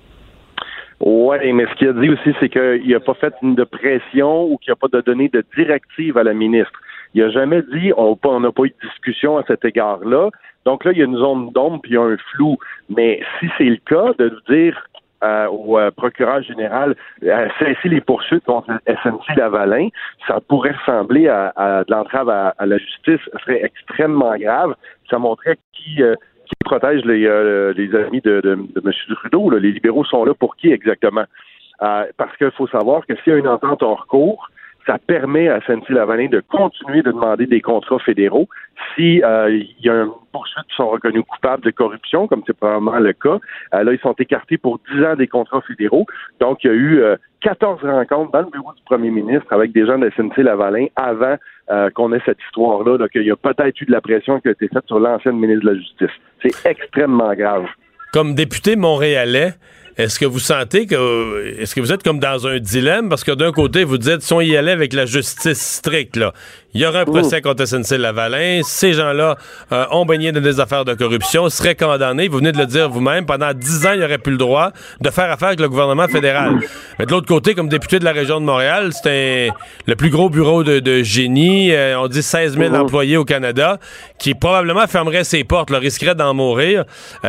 Oui, mais ce qu'il a dit aussi, c'est qu'il n'a pas fait de pression ou qu'il n'a pas donné de directive à la ministre. Il n'a jamais dit on n'a pas eu de discussion à cet égard-là. Donc là, il y a une zone d'ombre puis il y a un flou. Mais si c'est le cas, de dire au procureur général cesser les poursuites contre SNC-Lavalin, ça pourrait ressembler à de l'entrave à la justice. Ça serait extrêmement grave. Ça montrait qui protège les amis de M. Trudeau. Là. Les libéraux sont là pour qui exactement? Parce qu'il faut savoir que s'il y a une entente hors cours, ça permet à SNC-Lavalin de continuer de demander des contrats fédéraux. Si il y a une poursuite qui sont reconnus coupables de corruption, comme c'est probablement le cas, là, ils sont écartés pour 10 ans des contrats fédéraux. Donc, il y a eu 14 rencontres dans le bureau du premier ministre avec des gens de SNC-Lavalin avant qu'on ait cette histoire-là, là, qu'il y a peut-être eu de la pression qui a été faite sur l'ancienne ministre de la Justice. C'est extrêmement grave. Comme député montréalais, est-ce que vous sentez est-ce que vous êtes comme dans un dilemme? Parce que d'un côté, vous dites, si on y allait avec la justice stricte, là, il y aurait un procès contre SNC-Lavalin, ces gens-là ont baigné dans des affaires de corruption, seraient condamnés, vous venez de le dire vous-même, pendant 10 ans, il n'y aurait plus le droit de faire affaire avec le gouvernement fédéral. Mais de l'autre côté, comme député de la région de Montréal, c'est le plus gros bureau de génie, on dit 16 000 employés au Canada, qui probablement fermerait ses portes, là, risquerait d'en mourir.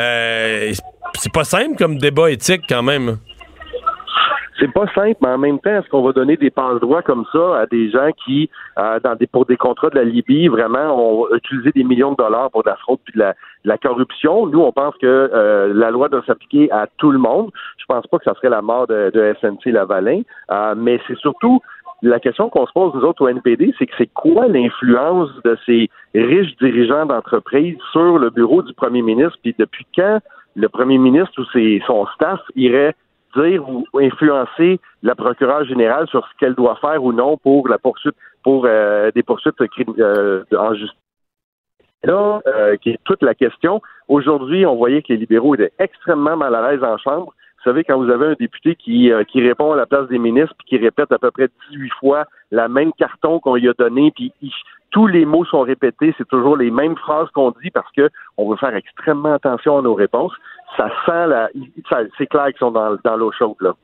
C'est pas simple comme débat éthique quand même. C'est pas simple, mais en même temps, est-ce qu'on va donner des passe-droits comme ça à des gens qui, pour des contrats de la Libye, vraiment ont utilisé des millions de dollars pour de la fraude puis de la corruption? Nous, on pense que la loi doit s'appliquer à tout le monde. Je pense pas que ça serait la mort de SNC-Lavalin, mais c'est surtout la question qu'on se pose, nous autres, au NPD, c'est que c'est quoi l'influence de ces riches dirigeants d'entreprise sur le bureau du premier ministre, puis depuis quand le premier ministre ou son staff irait dire ou influencer la procureure générale sur ce qu'elle doit faire ou non pour la poursuite, pour des poursuites en justice. Là, qui est toute la question. Aujourd'hui, on voyait que les libéraux étaient extrêmement mal à l'aise en chambre. Vous savez, quand vous avez un député qui répond à la place des ministres puis qui répète à peu près 18 fois la même carton qu'on lui a donné, puis tous les mots sont répétés, c'est toujours les mêmes phrases qu'on dit parce que on veut faire extrêmement attention à nos réponses. Ça sent c'est clair qu'ils sont dans l'eau chaude, là.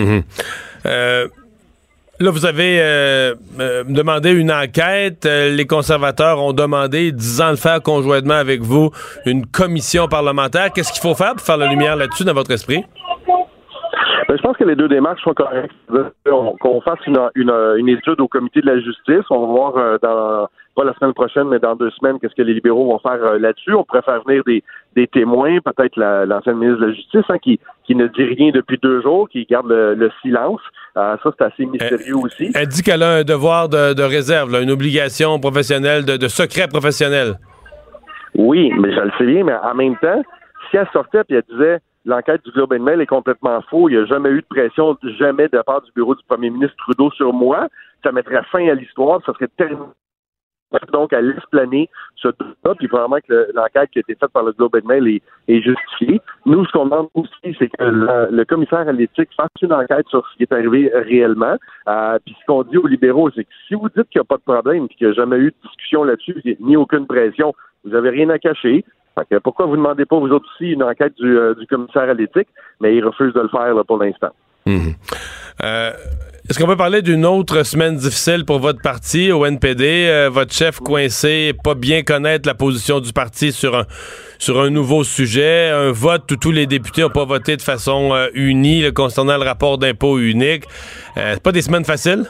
Là, vous avez demandé une enquête. Les conservateurs ont demandé, disant le faire conjointement avec vous, une commission parlementaire. Qu'est-ce qu'il faut faire pour faire la lumière là-dessus dans votre esprit? Je pense que les deux démarches sont correctes. Qu'on fasse une étude au comité de la justice. On va voir pas la semaine prochaine, mais dans 2 semaines, qu'est-ce que les libéraux vont faire là-dessus. On pourrait faire venir des témoins, peut-être l'ancienne ministre de la Justice, qui ne dit rien depuis 2 jours, qui garde le silence. Ça, c'est assez mystérieux aussi. Elle dit qu'elle a un devoir de réserve, là, une obligation professionnelle, de secret professionnel. Oui, mais je le sais bien, mais en même temps, si elle sortait et elle disait l'enquête du Globe and Mail est complètement faux, il n'y a jamais eu de pression, jamais de la part du bureau du premier ministre Trudeau sur moi, ça mettrait fin à l'histoire, ça serait tellement Donc, elle laisse planer ce doute-là, puis probablement que l'enquête qui a été faite par le Globe and Mail est justifiée. Nous, ce qu'on demande aussi, c'est que le commissaire à l'éthique fasse une enquête sur ce qui est arrivé réellement. Puis ce qu'on dit aux libéraux, c'est que si vous dites qu'il n'y a pas de problème, puis qu'il n'y a jamais eu de discussion là-dessus, ni aucune pression, vous n'avez rien à cacher. Fait que pourquoi vous ne demandez pas, vous autres aussi, une enquête du commissaire à l'éthique? Mais il refuse de le faire là, pour l'instant. Est-ce qu'on peut parler d'une autre semaine difficile pour votre parti au NPD? Votre chef coincé, pas bien connaître la position du parti sur un nouveau sujet, un vote où tous les députés n'ont pas voté de façon unie là, concernant le rapport d'impôt unique. C'est pas des semaines faciles?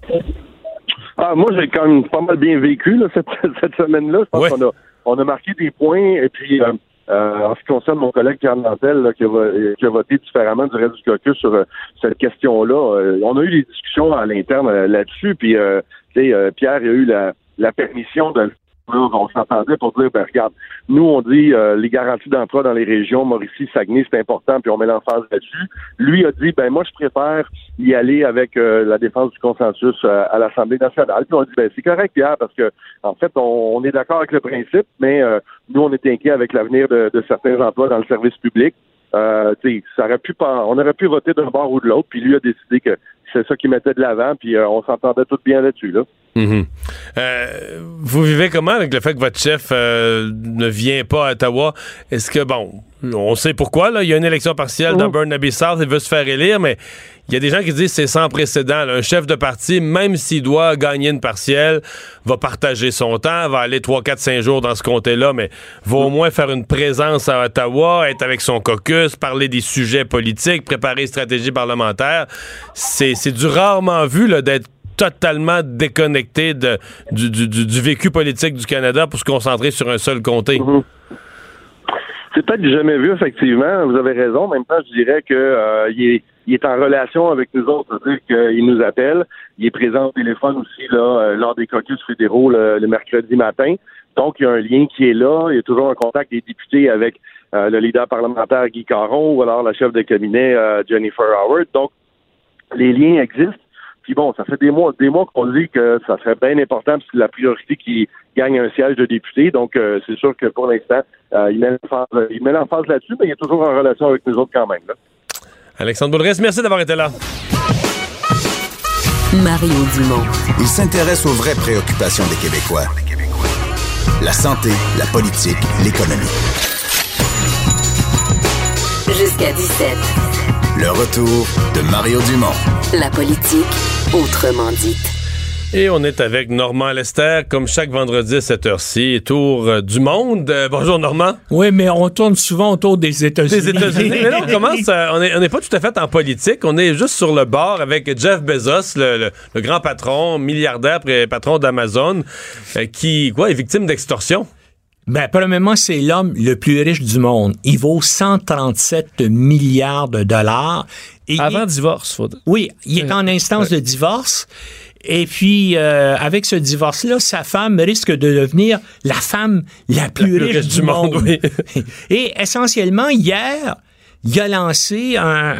Moi, j'ai quand même pas mal bien vécu là, cette semaine-là. Je pense qu'on a marqué des points et puis... en ce qui concerne mon collègue Pierre Nantel, là, qui a voté différemment du reste du caucus sur cette question-là, on a eu des discussions à l'interne là-dessus, puis Pierre a eu la permission de... On s'entendait pour dire, regarde, nous, on dit les garanties d'emploi dans les régions, Mauricie, Saguenay, c'est important, puis on met l'emphase là-dessus. Lui a dit, moi, je préfère y aller avec la défense du consensus à l'Assemblée nationale. Puis on dit, c'est correct, Pierre, parce que, en fait, on est d'accord avec le principe, mais nous, on est inquiets avec l'avenir de certains emplois dans le service public. On aurait pu voter d'un bord ou de l'autre, puis lui a décidé que c'est ça qu'il mettait de l'avant, puis on s'entendait tout bien là-dessus, là. Mm-hmm. Vous vivez comment avec le fait que votre chef ne vient pas à Ottawa? Est-ce que, on sait pourquoi, là, il y a une élection partielle dans Burnaby-South, il veut se faire élire, mais il y a des gens qui disent que c'est sans précédent. Là. Un chef de parti, même s'il doit gagner une partielle, va partager son temps, va aller 3, 4, 5 jours dans ce comté-là, mais va au moins faire une présence à Ottawa, être avec son caucus, parler des sujets politiques, préparer une stratégie parlementaire. C'est du rarement vu là, d'être totalement déconnecté du vécu politique du Canada pour se concentrer sur un seul comté. Mm-hmm. C'est peut-être jamais vu, effectivement. Vous avez raison. En même temps, je dirais que il est en relation avec nous autres. C'est-à-dire qu'il nous appelle. Il est présent au téléphone aussi là, lors des caucus fédéraux le mercredi matin. Donc, il y a un lien qui est là. Il y a toujours un contact des députés avec le leader parlementaire Guy Caron ou alors la chef de cabinet Jennifer Howard. Donc, les liens existent. Puis ça fait des mois qu'on dit que ça serait bien important, parce que c'est la priorité qui gagne un siège de député. Donc, c'est sûr que pour l'instant, il met l'emphase là-dessus, mais il est toujours en relation avec nous autres quand même. Là. Alexandre Boulris, merci d'avoir été là. Mario Dumont. Il s'intéresse aux vraies préoccupations des Québécois. La santé, la politique, l'économie. Jusqu'à 17. Le retour de Mario Dumont. La politique, autrement dite. Et on est avec Normand Lester, comme chaque vendredi à cette heure-ci, tour du monde. Bonjour Normand. Oui, mais on tourne souvent autour des États-Unis. Des États-Unis. Mais là, on commence, on n'est pas tout à fait en politique, on est juste sur le bord avec Jeff Bezos, le grand patron, milliardaire, patron d'Amazon, qui est victime d'extorsion. Premièrement, c'est l'homme le plus riche du monde. Il vaut 137 milliards de dollars. Et avant divorce. Oui, il est en instance de divorce. Et puis, avec ce divorce-là, sa femme risque de devenir la femme la plus riche du monde. Oui. Et essentiellement, hier, il a lancé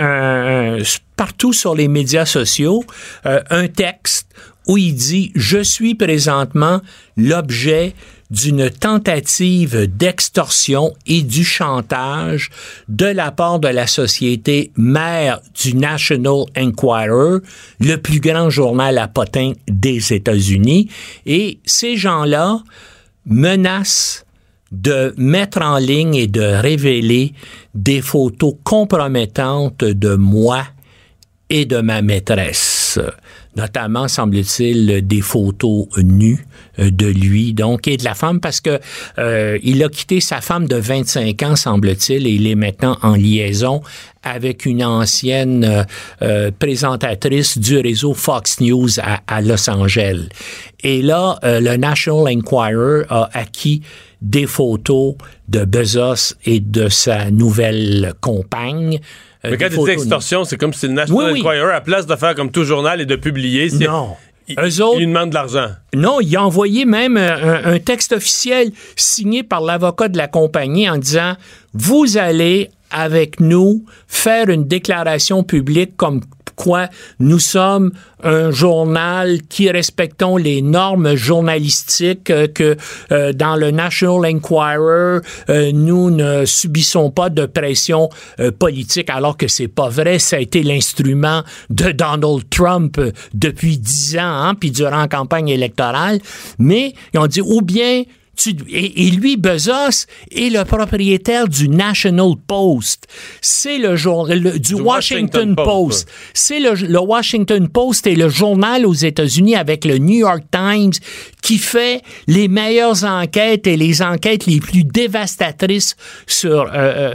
partout sur les médias sociaux un texte où il dit « Je suis présentement l'objet d'une tentative d'extorsion et du chantage de la part de la société mère du National Enquirer, le plus grand journal à potins des États-Unis. Et ces gens-là menacent de mettre en ligne et de révéler des photos compromettantes de moi et de ma maîtresse. Notamment, semble-t-il, des photos nues de lui, donc, et de la femme, parce que il a quitté sa femme de 25 ans, semble-t-il, et il est maintenant en liaison avec une ancienne présentatrice du réseau Fox News à Los Angeles. Et là, le National Enquirer a acquis des photos de Bezos et de sa nouvelle compagne. Mais quand tu dis extorsion, c'est comme si le National Enquirer, à place de faire comme tout journal et de publier, non. Eux autres, ils lui demandent de l'argent. Non, il a envoyé même un texte officiel signé par l'avocat de la compagnie en disant « Vous allez avec nous, faire une déclaration publique comme quoi nous sommes un journal qui respectons les normes journalistiques, que dans le National Enquirer, nous ne subissons pas de pression politique, alors que c'est pas vrai. Ça a été l'instrument de Donald Trump depuis 10 ans, puis durant la campagne électorale. Mais ils ont dit, ou bien et lui, Bezos, est le propriétaire du National Post. C'est le journal du Washington Post. C'est le Washington Post est le journal aux États-Unis avec le New York Times qui fait les meilleures enquêtes et les enquêtes les plus dévastatrices sur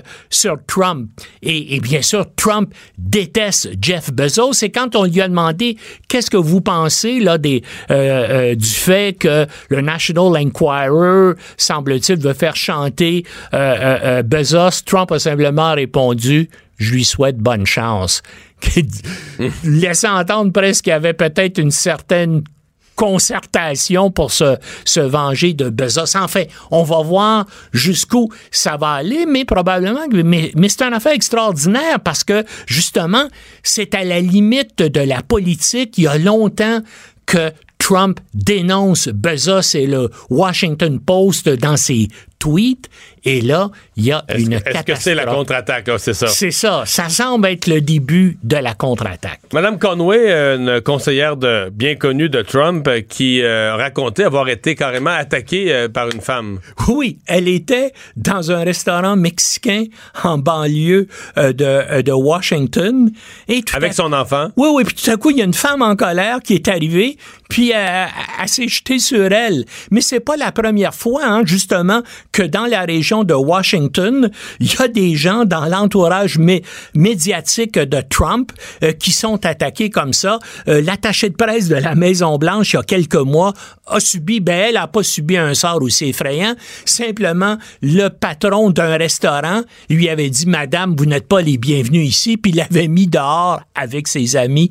Trump. Et bien sûr, Trump déteste Jeff Bezos. Et quand on lui a demandé qu'est-ce que vous pensez là du fait que le National Enquirer semble-t-il, veut faire chanter Bezos, Trump a simplement répondu « Je lui souhaite bonne chance ». Laissant entendre presque qu'il y avait peut-être une certaine concertation pour se venger de Bezos. Enfin, on va voir jusqu'où ça va aller, mais probablement, mais c'est une affaire extraordinaire parce que, justement, c'est à la limite de la politique. Il y a longtemps que Trump dénonce Bezos et le Washington Post dans ses tweets. Et là, il y a une catastrophe. Est-ce que c'est la contre-attaque, là, c'est ça? C'est ça. Ça semble être le début de la contre-attaque. Madame Conway, une conseillère bien connue de Trump, qui racontait avoir été carrément attaquée par une femme. Oui, elle était dans un restaurant mexicain en banlieue de Washington. Et avec son enfant? Oui, puis tout à coup, il y a une femme en colère qui est arrivée, puis elle s'est jetée sur elle. Mais c'est pas la première fois, justement, que dans la région de Washington, il y a des gens dans l'entourage médiatique de Trump qui sont attaqués comme ça. L'attaché de presse de la Maison-Blanche, il y a quelques mois, elle n'a pas subi un sort aussi effrayant. Simplement, le patron d'un restaurant lui avait dit « Madame, vous n'êtes pas les bienvenus ici », puis il l'avait mis dehors avec ses amis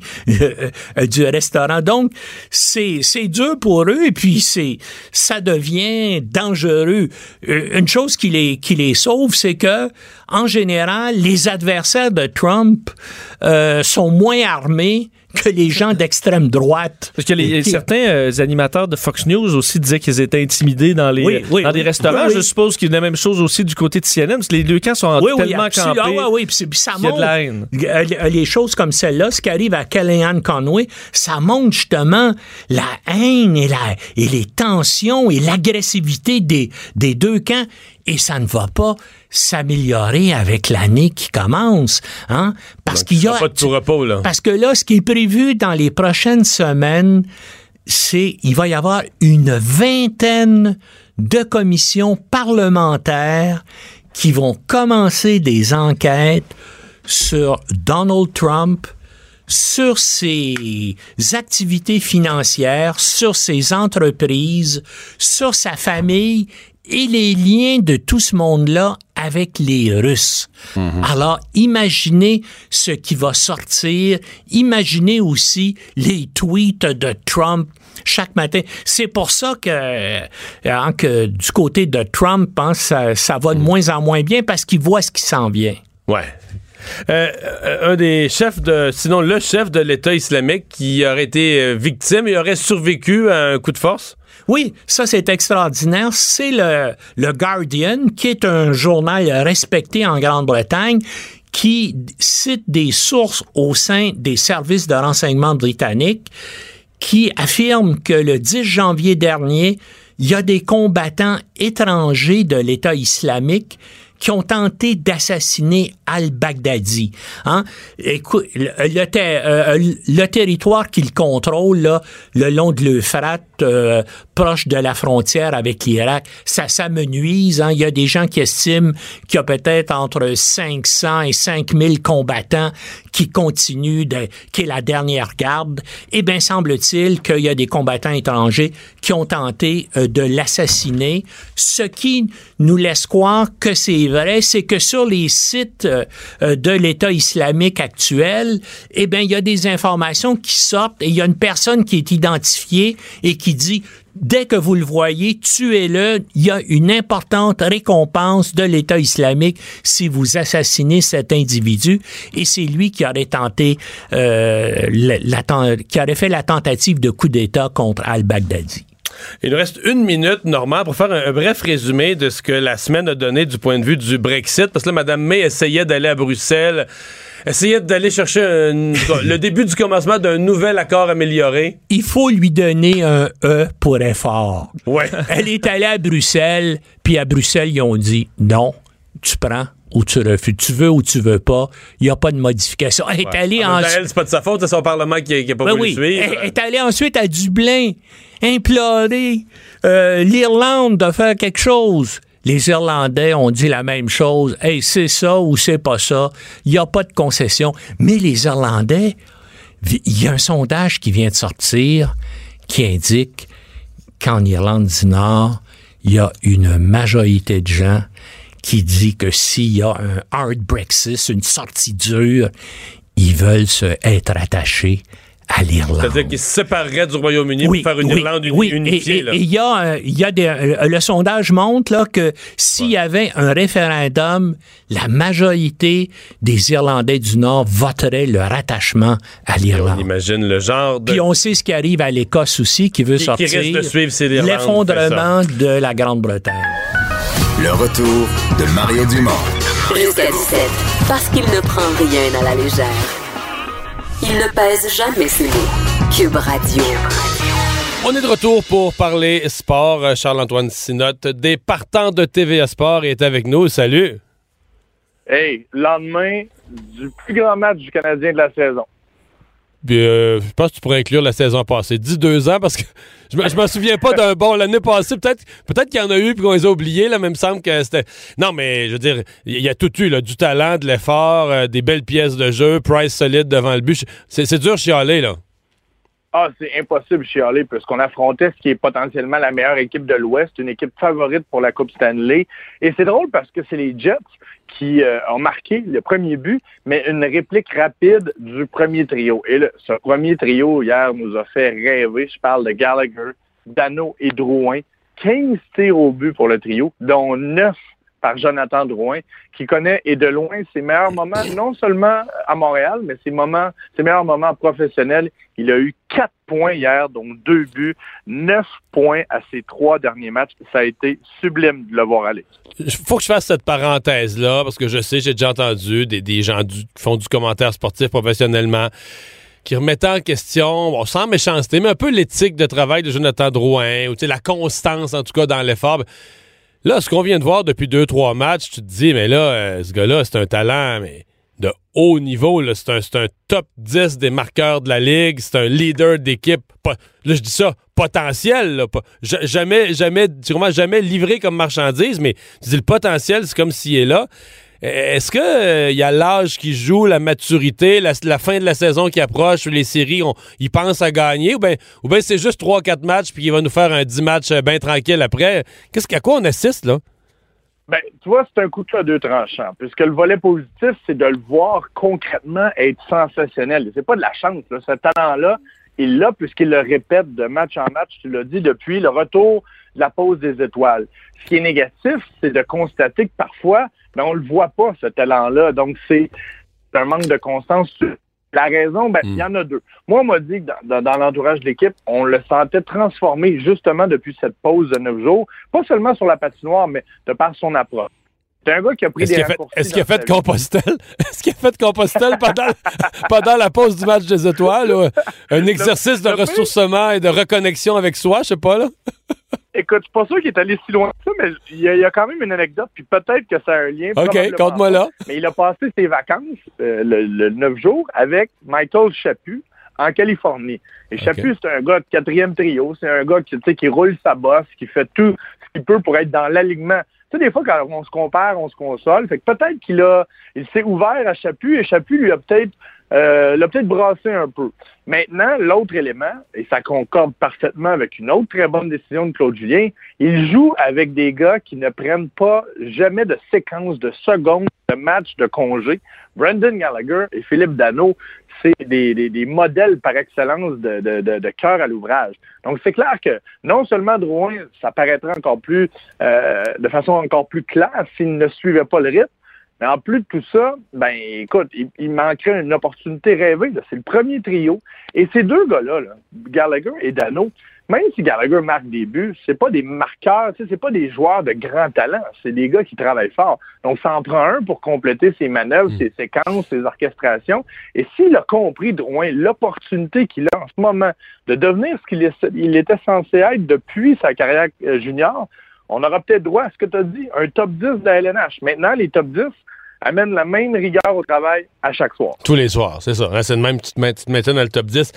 du restaurant. Donc, c'est dur pour eux, et puis ça devient dangereux. Une chose qui les sauve, c'est que, en général, les adversaires de Trump sont moins armés que les gens d'extrême droite. Parce que certains animateurs de Fox News aussi disaient qu'ils étaient intimidés dans des restaurants. Oui. Je suppose qu'il y a la même chose aussi du côté de CNN, parce que les deux camps sont tellement campés. Puis ça montre de la haine. Les choses comme celle-là, ce qui arrive à Kellyanne Conway, ça montre justement la haine et les tensions et l'agressivité des deux camps. Et ça ne va pas s'améliorer avec l'année qui commence, parce qu'il y a pas de tout repos, là. Parce que là, ce qui est prévu dans les prochaines semaines, il va y avoir une vingtaine de commissions parlementaires qui vont commencer des enquêtes sur Donald Trump, sur ses activités financières, sur ses entreprises, sur sa famille et les liens de tout ce monde-là avec les Russes. Alors, imaginez ce qui va sortir. Imaginez aussi les tweets de Trump chaque matin. C'est pour ça que du côté de Trump, ça va de moins en moins bien parce qu'il voit ce qui s'en vient. Ouais. Un des chefs sinon le chef de l'État islamique qui aurait été victime et aurait survécu à un coup de force? Oui, ça c'est extraordinaire. C'est le Guardian, qui est un journal respecté en Grande-Bretagne, qui cite des sources au sein des services de renseignement britanniques qui affirment que le 10 janvier dernier, il y a des combattants étrangers de l'État islamique qui ont tenté d'assassiner al-Baghdadi. Écoute, le territoire qu'il contrôle, là, le long de l'Euphrate, proche de la frontière avec l'Irak, ça s'amenuise. Il y a des gens qui estiment qu'il y a peut-être entre 500 et 5000 combattants qui continuent, qui est la dernière garde. Eh bien, semble-t-il qu'il y a des combattants étrangers qui ont tenté de l'assassiner, ce qui nous laisse croire que c'est vrai, c'est que sur les sites de l'État islamique actuel, eh bien, il y a des informations qui sortent et il y a une personne qui est identifiée et qui dit dès que vous le voyez, tuez-le. Il y a une importante récompense de l'État islamique si vous assassinez cet individu. Et c'est lui qui aurait tenté, qui aurait fait la tentative de coup d'État contre al-Baghdadi. Il nous reste 1 minute, Normand, pour faire un bref résumé de ce que la semaine a donné du point de vue du Brexit. Parce que là, Mme May essayait d'aller à Bruxelles, essayait d'aller chercher le début du commencement d'un nouvel accord amélioré. Il faut lui donner un E pour effort. Ouais. Elle est allée à Bruxelles, puis à Bruxelles, ils ont dit non, tu prends ou tu refuses. Tu veux ou tu veux pas. Il n'y a pas de modification. Elle est allée elle, c'est pas de sa faute, c'est son Parlement qui n'a pas voulu suivre. Elle est allée ensuite à Dublin implorer l'Irlande de faire quelque chose. Les Irlandais ont dit la même chose. Hey, c'est ça ou c'est pas ça. Il n'y a pas de concession. Mais les Irlandais, il y a un sondage qui vient de sortir qui indique qu'en Irlande du Nord, il y a une majorité de gens qui dit que s'il y a un hard Brexit, une sortie dure, ils veulent être attachés à l'Irlande. C'est-à-dire qu'ils se sépareraient du Royaume-Uni pour faire une Irlande unifiée. Et il y a le sondage montre là, que s'il y avait un référendum, la majorité des Irlandais du Nord voteraient le rattachement à l'Irlande. On imagine le genre de... Puis on sait ce qui arrive à l'Écosse aussi, qui veut sortir. Qui risque de suivre, c'est l'Irlande. L'effondrement de la Grande-Bretagne. Le retour de Mario Dumont. Jusqu'à 17, parce qu'il ne prend rien à la légère. Il ne pèse jamais ses mots. Cube Radio. On est de retour pour parler sport. Charles-Antoine Sinotte, des partants de TVA Sport, est avec nous. Salut. Hey, lendemain du plus grand match du Canadien de la saison. Puis, je pense que tu pourrais inclure la saison passée. Dis 2 ans, parce que je m'en souviens pas d'un bon. L'année passée, peut-être qu'il y en a eu puis qu'on les a oubliés, là, mais il me semble que c'était... Non, mais je veux dire, il y a tout eu, là, du talent, de l'effort, des belles pièces de jeu, Price solide devant le but. C'est dur chialer, là. Ah, c'est impossible chialer, puisqu'on affrontait ce qui est potentiellement la meilleure équipe de l'Ouest, une équipe favorite pour la Coupe Stanley. Et c'est drôle parce que c'est les Jets qui ont marqué le premier but, mais une réplique rapide du premier trio. Et là, ce premier trio, hier, nous a fait rêver. Je parle de Gallagher, Dano et Drouin. 15 tirs au but pour le trio, dont 9 par Jonathan Drouin, qui connaît et de loin ses meilleurs moments, non seulement à Montréal, mais ses meilleurs moments professionnels. Il a eu 4 points hier, dont 2 buts, 9 points à ses 3 derniers matchs. Ça a été sublime de le voir aller. Il faut que je fasse cette parenthèse-là, parce que je sais, j'ai déjà entendu des gens qui font du commentaire sportif professionnellement, qui remettaient en question, bon, sans méchanceté, mais un peu l'éthique de travail de Jonathan Drouin, ou la constance, en tout cas, dans l'effort. Là, ce qu'on vient de voir depuis 2-3 matchs, tu te dis, mais là, ce gars-là, c'est un talent mais de haut niveau. Là. C'est un top 10 des marqueurs de la Ligue. C'est un leader d'équipe. Là, je dis ça, potentiel. Là, jamais livré comme marchandise, mais tu dis le potentiel, c'est comme s'il est là. Est-ce que y a l'âge qui joue, la maturité, la fin de la saison qui approche, les séries, ils pensent à gagner, ou bien c'est juste 3-4 matchs puis il va nous faire un 10 matchs bien tranquille après? À quoi on assiste, là? Ben, tu vois, c'est un couteau à 2 tranchants, puisque le volet positif, c'est de le voir concrètement être sensationnel. C'est pas de la chance, là. Ce talent-là, il l'a puisqu'il le répète de match en match, tu l'as dit, depuis le retour de la pause des étoiles. Ce qui est négatif, c'est de constater que parfois, on le voit pas, ce talent-là. Donc, c'est un manque de constance. La raison, il y en a 2. Moi, on m'a dit que dans l'entourage de l'équipe, on le sentait transformé justement depuis cette pause de 9 jours, pas seulement sur la patinoire, mais de par son approche. C'est un gars qui a pris des raccourcis. Est-ce qu'il a fait Compostelle? Est-ce qu'il a fait Compostelle pendant la pause du match des étoiles? Là? Un exercice de ressourcement et de reconnexion avec soi, je sais pas, là? Écoute, je suis pas sûr qu'il est allé si loin que ça, mais il y a quand même une anecdote, puis peut-être que ça a un lien. OK, compte-moi là. Mais il a passé ses vacances, le 9 jours, avec Michael Chaput en Californie. Et Chaput, c'est un gars de 4e trio. C'est un gars qui roule sa bosse, qui fait tout ce qu'il peut pour être dans l'alignement. Tu sais, des fois, quand on se compare, on se console. Fait que peut-être il s'est ouvert à Chaput, et Chaput lui a peut-être l'a peut-être brassé un peu. Maintenant, l'autre élément, et ça concorde parfaitement avec une autre très bonne décision de Claude Julien, il joue avec des gars qui ne prennent pas jamais de séquence de secondes de match de congé. Brendan Gallagher et Philippe Danault, c'est des modèles par excellence de cœur à l'ouvrage. Donc, c'est clair que non seulement Drouin, ça paraîtrait encore plus, de façon encore plus claire s'il ne suivait pas le rythme, mais en plus de tout ça, ben écoute, il manquerait une opportunité rêvée. Là. C'est le premier trio. Et ces deux gars-là, là, Gallagher et Danault, même si Gallagher marque des buts, c'est pas des marqueurs, c'est pas des joueurs de grand talent. C'est des gars qui travaillent fort. Donc, ça en prend un pour compléter ses manœuvres, ses séquences, ses orchestrations. Et s'il a compris, Drouin, l'opportunité qu'il a en ce moment de devenir ce qu'il était censé être depuis sa carrière junior, on aura peut-être droit à ce que tu as dit, un top 10 de la LNH. Maintenant, les top 10 amènent la même rigueur au travail à chaque soir. Tous les soirs, c'est ça. Hein, c'est de même, tu te maintiens dans le top 10.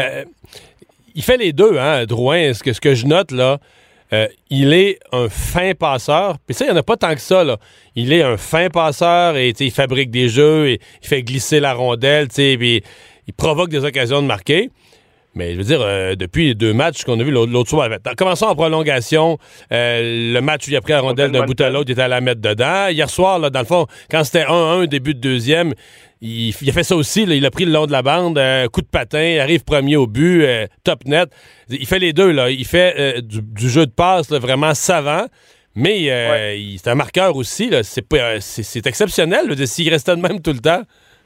Il fait les deux, hein, Drouin. Ce que je note, là, il est un fin passeur. Puis ça, il n'y en a pas tant que ça, là. Il est un fin passeur et il fabrique des jeux, et il fait glisser la rondelle, puis il provoque des occasions de marquer. Mais je veux dire, depuis les deux matchs qu'on a vus l'autre soir, commençons en prolongation, le match où il a pris la rondelle d'un bout à l'autre, il était à la mettre dedans. Hier soir, là, dans le fond, quand c'était 1-1, début de deuxième, il a fait ça aussi, là, il a pris le long de la bande, coup de patin, arrive premier au but, top net. Il fait les deux, là. Il fait du jeu de passe là, vraiment savant, mais c'est un marqueur aussi, là. C'est exceptionnel, là, s'il restait de même tout le temps.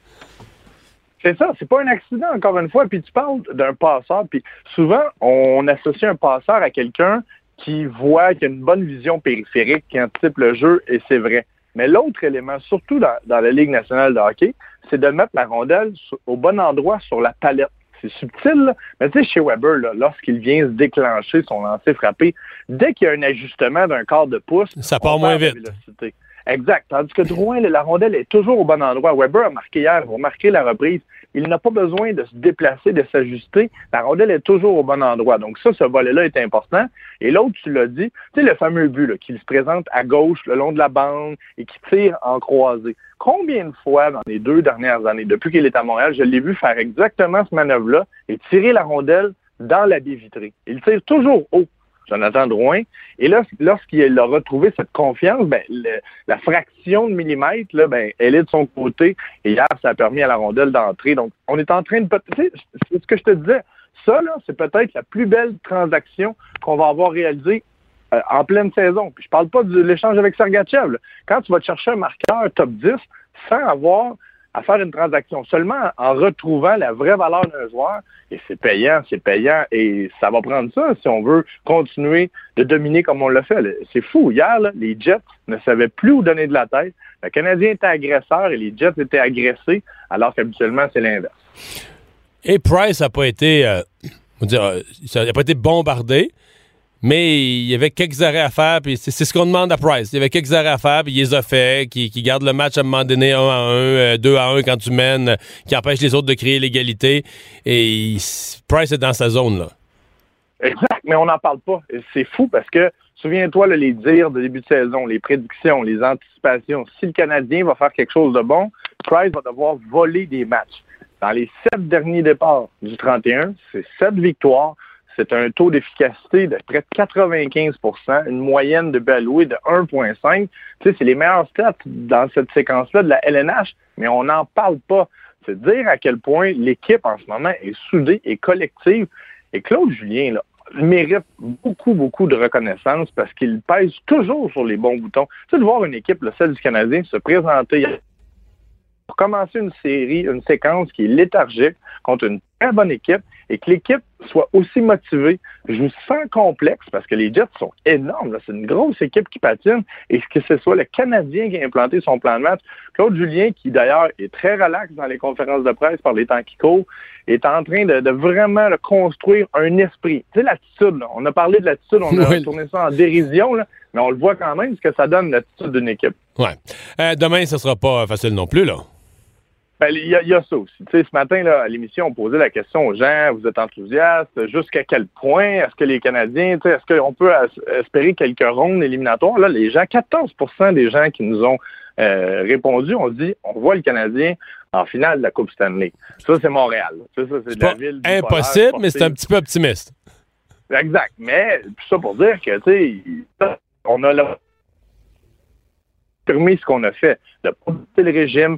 C'est ça, c'est pas un accident, encore une fois. Puis tu parles d'un passeur, puis souvent, on associe un passeur à quelqu'un qui voit, qui a une bonne vision périphérique, qui anticipe le jeu, et c'est vrai. Mais l'autre élément, surtout dans la Ligue nationale de hockey, c'est de mettre la rondelle au bon endroit sur la palette. C'est subtil, là. Mais tu sais, chez Weber, là, lorsqu'il vient se déclencher son lancer frappé, dès qu'il y a un ajustement d'un quart de pouce, ça part moins vite. Vélocité. Exact. Tandis que Drouin, la rondelle est toujours au bon endroit. Weber a marqué hier, va marquer la reprise. Il n'a pas besoin de se déplacer, de s'ajuster. La rondelle est toujours au bon endroit. Donc ça, ce volet-là est important. Et l'autre, tu l'as dit, tu sais, le fameux but là, qui se présente à gauche, le long de la bande et qui tire en croisée. Combien de fois dans les 2 dernières années, depuis qu'il est à Montréal, je l'ai vu faire exactement ce manœuvre-là et tirer la rondelle dans la baie vitrée. Il tire toujours haut. Jonathan Drouin. Et là, lorsqu'il a retrouvé cette confiance, ben, la fraction de millimètre, là, ben, elle est de son côté. Et hier, ça a permis à la rondelle d'entrer. Donc, on est en train de... C'est ce que je te disais. Ça, là, c'est peut-être la plus belle transaction qu'on va avoir réalisée en pleine saison. Puis je parle pas de l'échange avec Sergachev. Là. Quand tu vas te chercher un marqueur top 10 sans avoir à faire une transaction, seulement en retrouvant la vraie valeur d'un joueur, et c'est payant, et ça va prendre ça si on veut continuer de dominer comme on l'a fait. C'est fou. Hier, là, les Jets ne savaient plus où donner de la tête. Le Canadien était agresseur et les Jets étaient agressés, alors qu'habituellement, c'est l'inverse. Et Price n'a pas été, ça n'a pas été bombardé, mais il y avait quelques arrêts à faire, puis c'est ce qu'on demande à Price. Il y avait quelques arrêts à faire, puis il les a fait, qui garde le match à un moment donné 1-1, 2-1 quand tu mènes, qui empêche les autres de créer l'égalité. Et Price est dans sa zone, là. Exact, mais on n'en parle pas. C'est fou parce que, souviens-toi, là, les dires de début de saison, les prédictions, les anticipations. Si le Canadien va faire quelque chose de bon, Price va devoir voler des matchs. Dans les 7 derniers départs du 31, c'est 7 victoires. C'est un taux d'efficacité de près de 95 %, une moyenne de buts alloués de 1,5. Tu sais, c'est les meilleurs stats dans cette séquence-là de la LNH, mais on n'en parle pas. C'est dire à quel point l'équipe en ce moment est soudée et collective. Et Claude Julien, là, mérite beaucoup, beaucoup de reconnaissance parce qu'il pèse toujours sur les bons boutons. Tu sais, de voir une équipe, là, celle du Canadien, se présenter pour commencer une série, une séquence qui est léthargique contre une très bonne équipe et que l'équipe soit aussi motivée, joue sans complexe parce que les Jets sont énormes. Là. C'est une grosse équipe qui patine et que ce soit le Canadien qui a implanté son plan de match. Claude Julien, qui d'ailleurs est très relax dans les conférences de presse par les temps qui courent, est en train de vraiment construire un esprit. Tu sais, l'attitude, là. On a parlé de l'attitude, on a tourné ça en dérision, là, mais on le voit quand même ce que ça donne, l'attitude d'une équipe. Ouais. Demain, ce sera pas facile non plus, là. Ben, il y a ça aussi. Tu sais, ce matin, là, à l'émission, on posait la question aux gens, vous êtes enthousiastes, jusqu'à quel point est-ce que les Canadiens, tu sais, est-ce qu'on peut espérer quelques rondes éliminatoires? Là, les gens, 14% des gens qui nous ont répondu, on dit, on voit le Canadien en finale de la Coupe Stanley. Ça, c'est Montréal. Ça, c'est la ville impossible, mais c'est un petit peu optimiste. Exact. Mais tout ça pour dire que, tu sais, on a permis ce qu'on a fait, de porter le régime.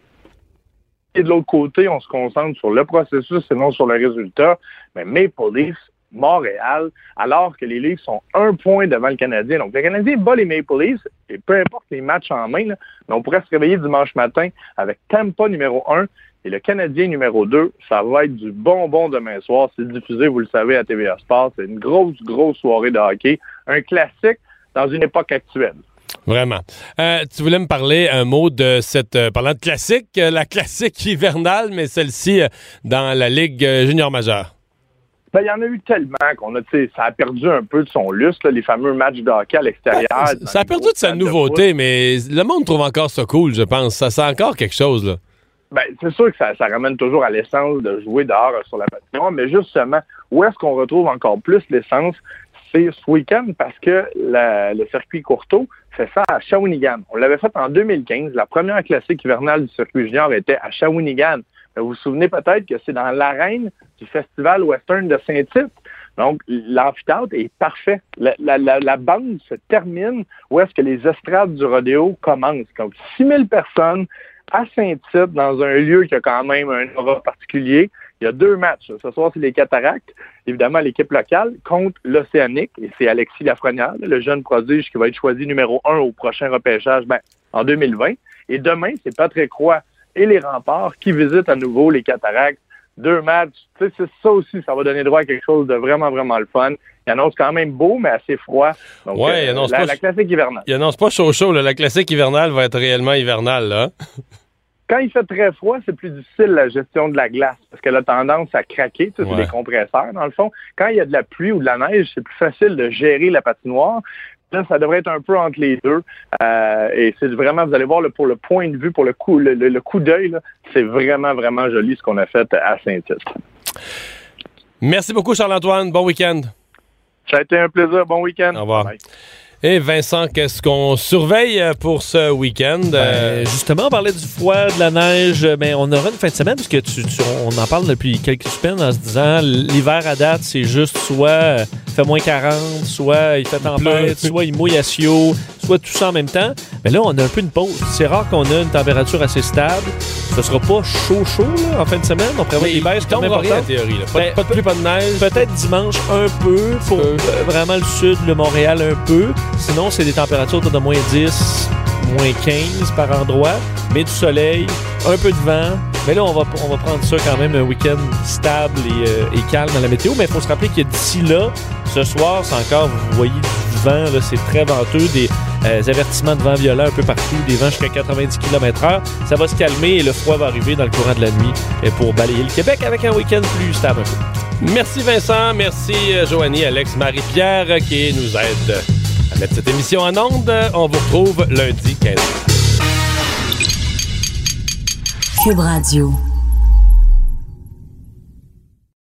Et de l'autre côté, on se concentre sur le processus et non sur le résultat. Mais Maple Leafs, Montréal, alors que les Leafs sont 1 point devant le Canadien. Donc, le Canadien bat les Maple Leafs, et peu importe les matchs en main, là, mais on pourrait se réveiller dimanche matin avec Tampa numéro 1 et le Canadien numéro 2. Ça va être du bonbon demain soir. C'est diffusé, vous le savez, à TVA Sport. C'est une grosse soirée de hockey. Un classique dans une époque actuelle. Vraiment. Tu voulais me parler un mot de cette... parlant de classique, la classique hivernale, mais celle-ci dans la Ligue junior majeure. Ben, il y en a eu tellement qu'on a, tu sais, ça a perdu un peu de son lustre, là, les fameux matchs de hockey à l'extérieur. Ça a perdu de sa nouveauté, mais le monde trouve encore ça cool, je pense. Ça sent encore quelque chose, là. Ben, c'est sûr que ça ramène toujours à l'essence de jouer dehors sur la patinoire, mais justement, où est-ce qu'on retrouve encore plus l'essence? C'est ce week-end parce que le circuit Courteau fait ça à Shawinigan. On l'avait fait en 2015. La première classique hivernale du circuit junior était à Shawinigan. Vous vous souvenez peut-être que c'est dans l'arène du Festival Western de Saint-Tite. Donc, l'amphithéâtre est parfait. La bande se termine où est-ce que les estrades du rodéo commencent. Donc, 6000 personnes à Saint-Tite, dans un lieu qui a quand même un aura particulier. Il y a 2 matchs. Ce soir, c'est les Cataractes, évidemment l'équipe locale, contre l'Océanique. Et c'est Alexis Lafrenière, le jeune prodige qui va être choisi numéro 1 au prochain repêchage en 2020. Et demain, c'est Patrick Roy et les Remparts qui visitent à nouveau les Cataractes. 2 matchs. Tu sais, c'est ça aussi, ça va donner droit à quelque chose de vraiment, vraiment le fun. Il annonce quand même beau, mais assez froid. Donc, ouais, il annonce la classique hivernale. Il annonce pas chaud, là. La classique hivernale va être réellement hivernale, là. Quand il fait très froid, c'est plus difficile la gestion de la glace parce qu'elle a tendance à craquer. Tu sais, c'est des compresseurs, dans le fond. Quand il y a de la pluie ou de la neige, c'est plus facile de gérer la patinoire. Là, ça devrait être un peu entre les deux. Et c'est vraiment, vous allez voir, pour le point de vue, pour le coup d'œil, là, c'est vraiment, vraiment joli ce qu'on a fait à Saint-Tite. Merci beaucoup, Charles-Antoine. Bon week-end. Ça a été un plaisir. Bon week-end. Au revoir. Bye. Et Vincent, qu'est-ce qu'on surveille pour ce week-end? Justement, on parlait du froid, de la neige, mais on aura une fin de semaine, parce que on en parle depuis quelques semaines en se disant l'hiver à date, c'est juste soit il fait moins 40, soit il fait tempête, soit il mouille à Sio, soit tout ça en même temps. Mais là, on a un peu une pause. C'est rare qu'on a une température assez stable. Ce sera pas chaud là, en fin de semaine. On prévoit des baisses quand même importantes. En théorie. Là. Pas de pluie, pas de neige. Peut-être dimanche un peu pour vraiment le sud, le Montréal un peu. Sinon, c'est des températures de moins 10, moins 15 par endroit, mais du soleil, un peu de vent. Mais là, on va prendre ça quand même un week-end stable et calme dans la météo. Mais il faut se rappeler que d'ici là, ce soir, c'est encore, vous voyez du vent, là, c'est très venteux, des avertissements de vent violent un peu partout, des vents jusqu'à 90 km/h. Ça va se calmer et le froid va arriver dans le courant de la nuit pour balayer le Québec avec un week-end plus stable un peu. Merci Vincent, merci Joanie, Alex, Marie-Pierre qui nous aide à mettre cette émission en onde. On vous retrouve lundi 15h. Cube Radio.